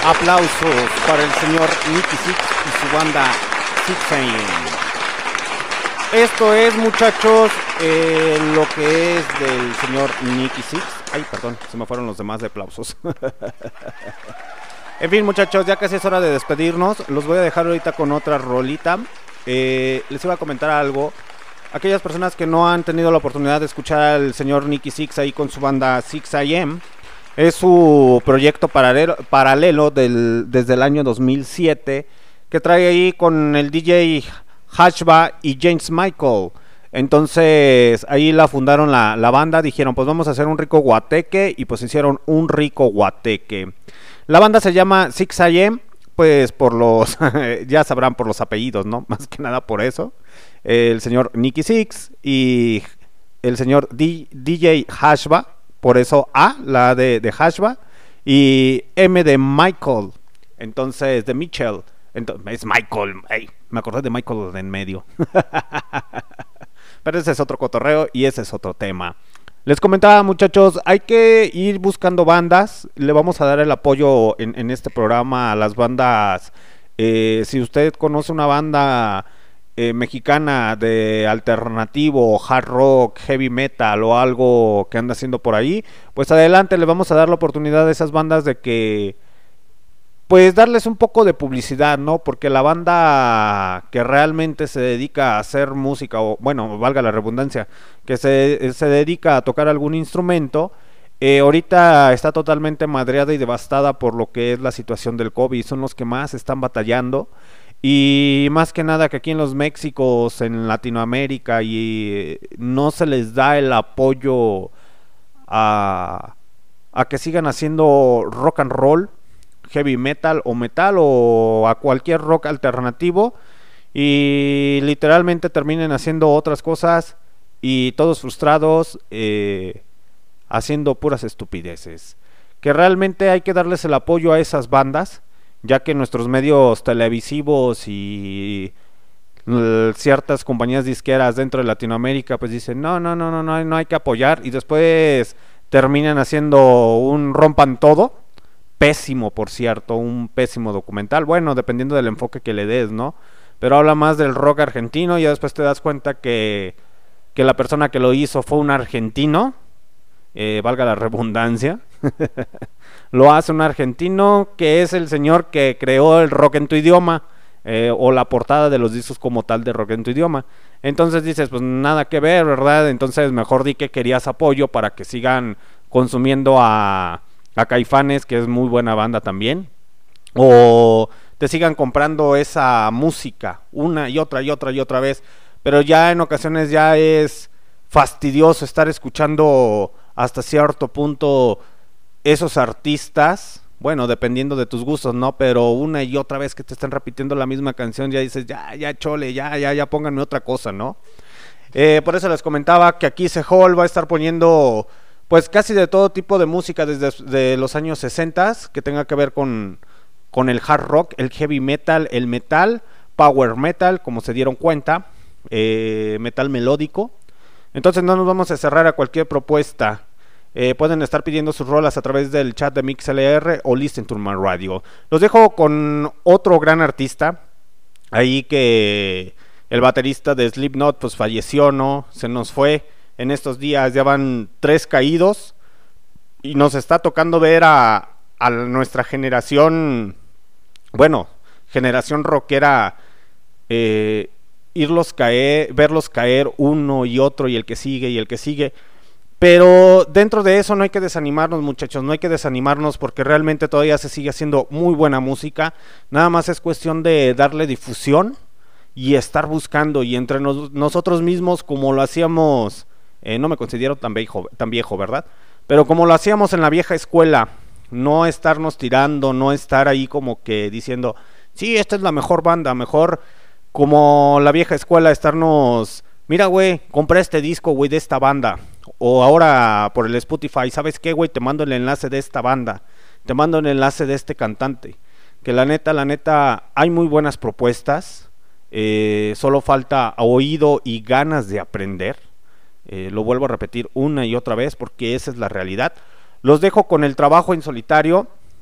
Aplausos para el señor Nicky Six y su banda Six A M. Esto es, muchachos, eh, lo que es del señor Nicky Six. Ay, perdón, se me fueron los demás de aplausos. En fin, muchachos, ya casi es hora de despedirnos. Los voy a dejar ahorita con otra rolita. Eh, les iba a comentar algo. Aquellas personas que no han tenido la oportunidad de escuchar al señor Nicky Six ahí con su banda Six A M, es su proyecto paralelo, paralelo del, desde el año dos mil siete, que trae ahí con el D J Hashba y James Michael. Entonces ahí la fundaron la, la banda, dijeron pues vamos a hacer un rico guateque, y pues hicieron un rico guateque. La banda se llama Six A M, pues por los, ya sabrán por los apellidos, ¿no? Más que nada por eso. El señor Nicky Six y el señor D J Hashba, por eso A, la de, de Hashba, y M de Michael, entonces de Mitchell, entonces es Michael, hey, me acordé de Michael de en medio. Pero ese es otro cotorreo y ese es otro tema. Les comentaba, muchachos, hay que ir buscando bandas. Le vamos a dar el apoyo en, en este programa a las bandas. Eh, si usted conoce una banda eh, mexicana de alternativo, hard rock, heavy metal o algo que anda haciendo por ahí, pues adelante, le vamos a dar la oportunidad a esas bandas de que, pues darles un poco de publicidad, ¿no? Porque la banda que realmente se dedica a hacer música, o bueno, valga la redundancia, que se, se dedica a tocar algún instrumento, eh, ahorita está totalmente madreada y devastada por lo que es la situación del COVID. Son los que más están batallando, y más que nada que aquí en los Méxicos, en Latinoamérica, y no se les da el apoyo a, a que sigan haciendo rock and roll, heavy metal o metal o a cualquier rock alternativo, y literalmente terminen haciendo otras cosas y todos frustrados, eh, haciendo puras estupideces. Que realmente hay que darles el apoyo a esas bandas, ya que nuestros medios televisivos y ciertas compañías disqueras dentro de Latinoamérica pues dicen no, no, no, no, no, no hay que apoyar, y después terminan haciendo un rompan todo. Pésimo, por cierto, un pésimo documental, bueno, dependiendo del enfoque que le des, ¿no? Pero habla más del rock argentino, y ya después te das cuenta que, que la persona que lo hizo fue un argentino, eh, valga la redundancia. Lo hace un argentino que es el señor que creó el rock en tu idioma, eh, o la portada de los discos como tal de rock en tu idioma. Entonces dices, pues nada que ver, ¿verdad? Entonces mejor di que querías apoyo para que sigan consumiendo a... a Caifanes, que es muy buena banda también, o te sigan comprando esa música una y otra y otra y otra vez. Pero ya en ocasiones ya es fastidioso estar escuchando hasta cierto punto esos artistas, bueno, dependiendo de tus gustos, ¿no? Pero una y otra vez que te están repitiendo la misma canción, ya dices, ya, ya, chole, ya, ya, ya, pónganme otra cosa, ¿no? Eh, por eso les comentaba que aquí Sehol va a estar poniendo pues casi de todo tipo de música desde de los años sesenta, que tenga que ver con, con el hard rock, el heavy metal, el metal, power metal, como se dieron cuenta, eh, metal melódico. Entonces no nos vamos a cerrar a cualquier propuesta. Eh, pueden estar pidiendo sus rolas a través del chat de MixLR o Listen to My Radio. Los dejo con otro gran artista, ahí que el baterista de Slipknot pues falleció, ¿no? Se nos fue. En estos días ya van tres caídos, y nos está tocando ver a, a nuestra generación, bueno, generación rockera, eh, irlos caer, verlos caer uno y otro, y el que sigue y el que sigue. Pero dentro de eso no hay que desanimarnos, muchachos, no hay que desanimarnos, porque realmente todavía se sigue haciendo muy buena música. Nada más es cuestión de darle difusión y estar buscando, y entre nos, nosotros mismos, como lo hacíamos... Eh, no me considero tan viejo, tan viejo, ¿verdad? Pero como lo hacíamos en la vieja escuela, no estarnos tirando, no estar ahí como que diciendo, sí, esta es la mejor banda, mejor como la vieja escuela, estarnos, mira, güey, compré este disco, güey, de esta banda, o ahora por el Spotify, ¿sabes qué, güey? Te mando el enlace de esta banda, te mando el enlace de este cantante, que la neta, la neta, hay muy buenas propuestas, eh, solo falta oído y ganas de aprender. Eh, lo vuelvo a repetir una y otra vez porque esa es la realidad. Los dejo con el trabajo en solitario.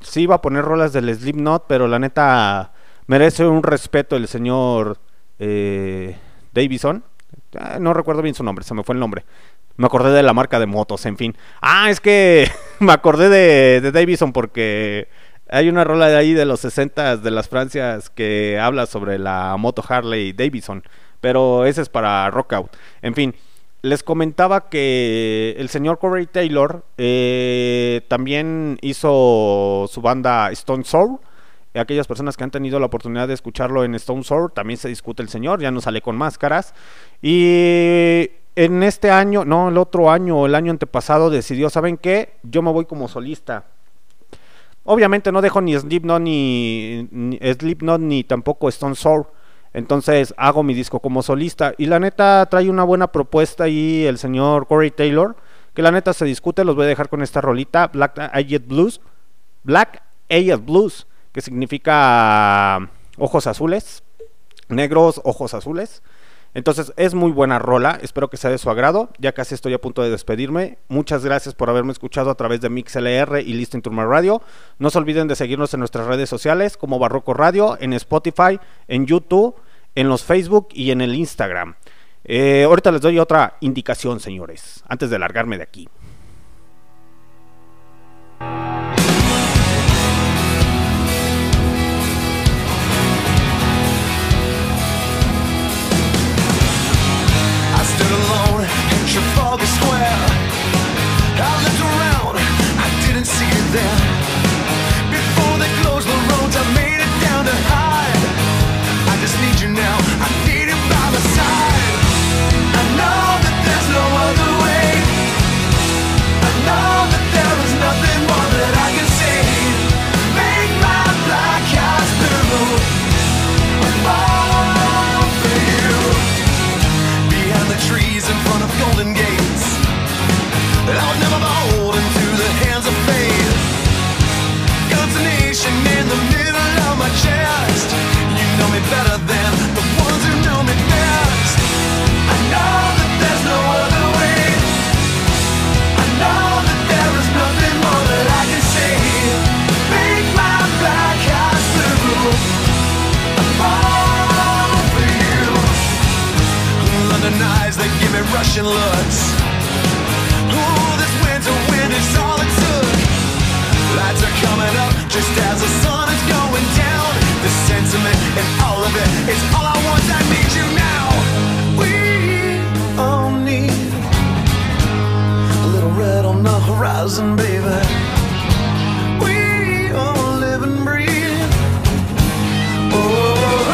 sí iba a poner rolas del Slipknot, pero la neta merece un respeto el señor eh, Davison. Eh, no recuerdo bien su nombre, se me fue el nombre. Me acordé de la marca de motos, en fin. Ah, es que me acordé de, de Davison porque hay una rola de ahí de los sesentas de las Francias que habla sobre la moto Harley Davidson, pero ese es para Rock Out. En fin, les comentaba que el señor Corey Taylor eh, también hizo su banda Stone Sour. Aquellas personas que han tenido la oportunidad de escucharlo en Stone Sour, también se discute el señor, ya no sale con máscaras. Y en este año, no, el otro año, el año antepasado, decidió, ¿saben qué? Yo me voy como solista. Obviamente no dejo ni Slipknot ni, ni Slipknot ni tampoco Stone Sour. Entonces hago mi disco como solista. Y la neta trae una buena propuesta ahí el señor Corey Taylor, que la neta se discute. Los voy a dejar con esta rolita, Black Eyed Blues. Black Eyed Blues, que significa ojos azules, negros, ojos azules. Entonces es muy buena rola, espero que sea de su agrado. Ya casi estoy a punto de despedirme. Muchas gracias por haberme escuchado a través de MixLR y Listen to My Radio. No se olviden de seguirnos en nuestras redes sociales como Barroco Radio, en Spotify, en YouTube, en los Facebook y en el Instagram. Eh, ahorita les doy otra indicación, señores, antes de largarme de aquí. Trafalgar Square. I looked around, I didn't see it there. Before they closed the roads, I made it down to hide. I just need you now, I need you by my side. I know that there's no other way. I know that there is nothing more that I can say. Make my black eyes blue. I'm all for you. Behind the trees in front of golden gates, I was never beholden to the hands of fate. Consternation in the middle of my chest. You know me better than the ones who know me best. I know that there's no other way. I know that there is nothing more that I can say. Make my black eyes blue. I'm all for you. London eyes that give me Russian looks. Oh, this winter wind is all it took. Lights are coming up just as the sun is going down. The sentiment and all of it is all I want. I need you now. We all need a little red on the horizon, baby. We all live and breathe. Oh.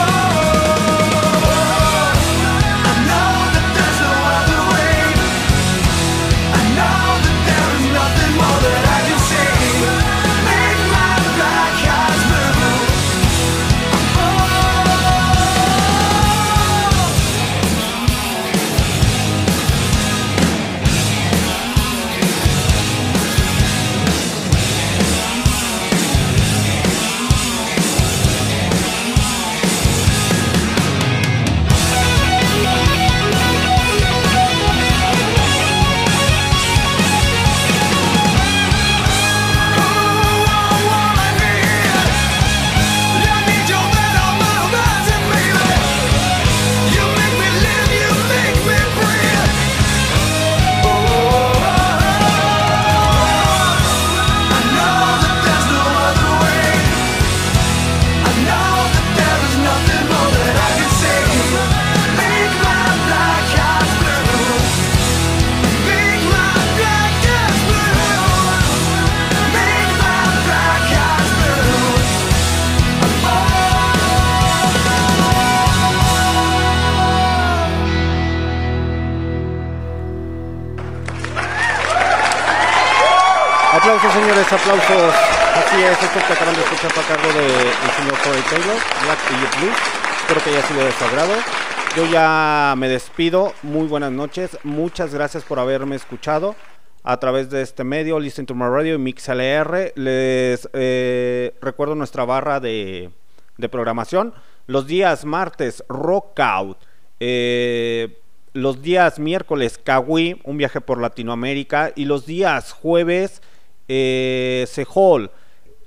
Aplausos, señores, aplausos. Así es, esto que acaban de escuchar fue a cargo del señor Corey Taylor, Black Eyed Blues. Espero que haya sido de su agrado. Yo ya me despido. Muy buenas noches. Muchas gracias por haberme escuchado a través de este medio, Listen to My Radio y MixLR. Les eh, recuerdo nuestra barra de, de programación. Los días martes, Rock Out. Eh, los días miércoles, Kawi, un viaje por Latinoamérica. Y los días jueves, eh, Sehol.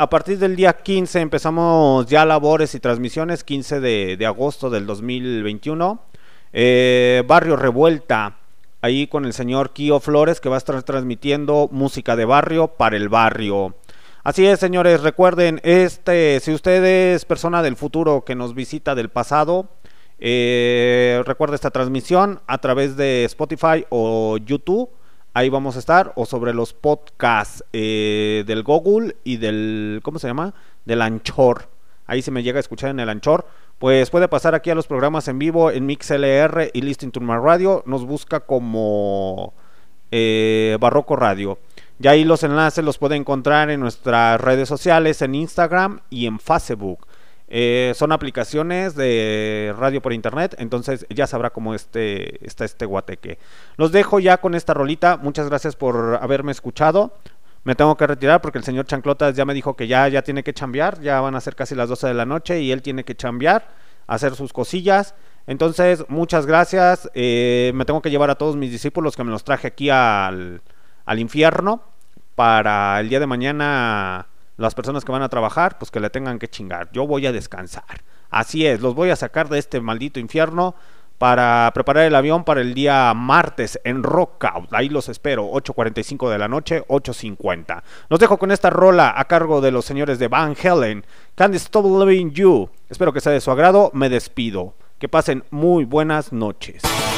a partir del día quince empezamos ya labores y transmisiones, quince de, de agosto del dos mil veintiuno. Eh, Barrio Revuelta, ahí con el señor Kio Flores, que va a estar transmitiendo música de barrio para el barrio. Así es, señores, recuerden, este, si usted es persona del futuro que nos visita del pasado, eh, recuerde esta transmisión a través de Spotify o YouTube. Ahí vamos a estar, o sobre los podcasts eh, del Google y del, ¿cómo se llama? Del Anchor. Ahí se me llega a escuchar en el Anchor. Pues puede pasar aquí a los programas en vivo en MixLR y Listen to My Radio. Nos busca como eh, Barroco Radio. Y ahí los enlaces los puede encontrar en nuestras redes sociales, en Instagram y en Facebook. Eh, son aplicaciones de radio por internet, entonces ya sabrá cómo este, está este guateque. Los dejo ya con esta rolita. Muchas gracias por haberme escuchado. Me tengo que retirar porque el señor Chanclotas ya me dijo que ya, ya tiene que chambear. Ya van a ser casi las doce de la noche y él tiene que chambear, hacer sus cosillas. Entonces, muchas gracias. Eh, me tengo que llevar a todos mis discípulos que me los traje aquí al, al infierno. Para el día de mañana, las personas que van a trabajar, pues que le tengan que chingar. Yo voy a descansar. Así es, los voy a sacar de este maldito infierno para preparar el avión para el día martes en Rockout. Ahí los espero, ocho cuarenta y cinco de la noche, ocho cincuenta. Los dejo con esta rola a cargo de los señores de Van Halen, Can't Stop Loving You. Espero que sea de su agrado. Me despido. Que pasen muy buenas noches.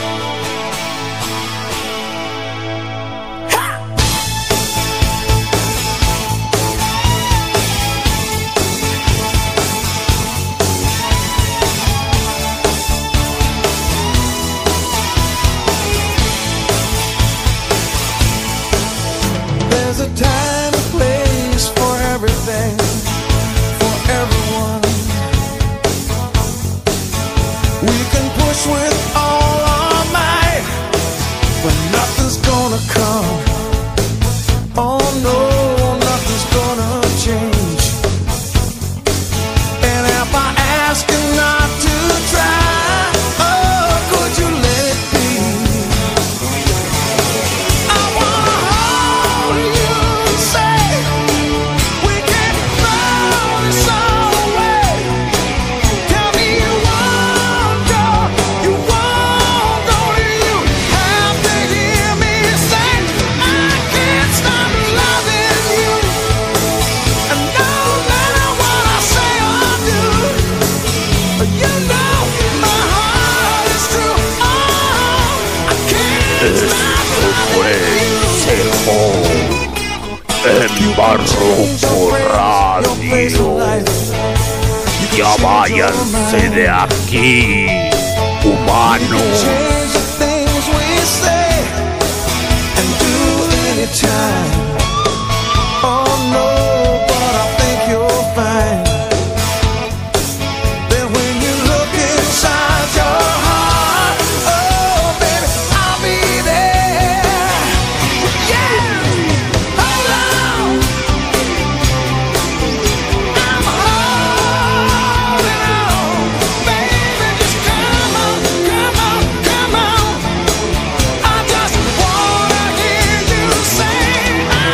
Time and place for everything, for everyone. We can push with all our might, but nothing's gonna come. Oh no, nothing's gonna change. And if I ask you not to try, oh, could you let it be? I wanna hold you. En Barroco Radio. Ya váyanse de aquí, humanos. I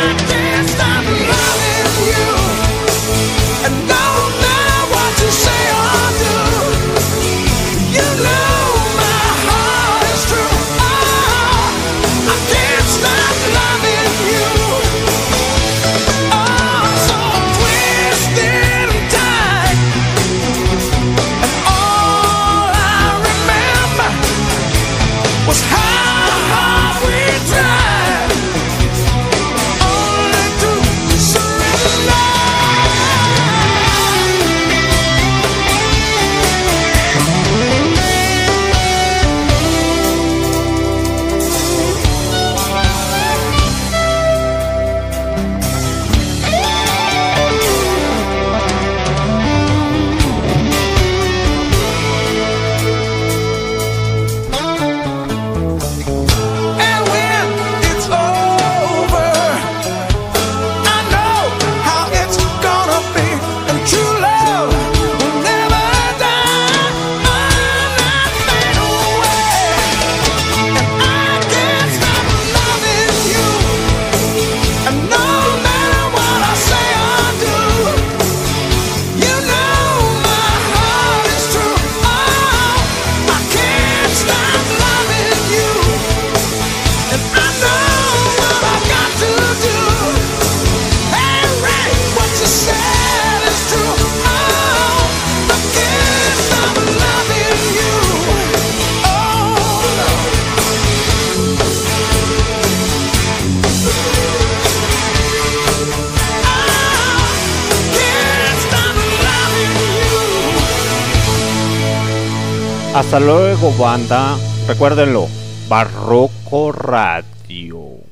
Hasta luego, banda. Recuérdenlo, Barroco Radio.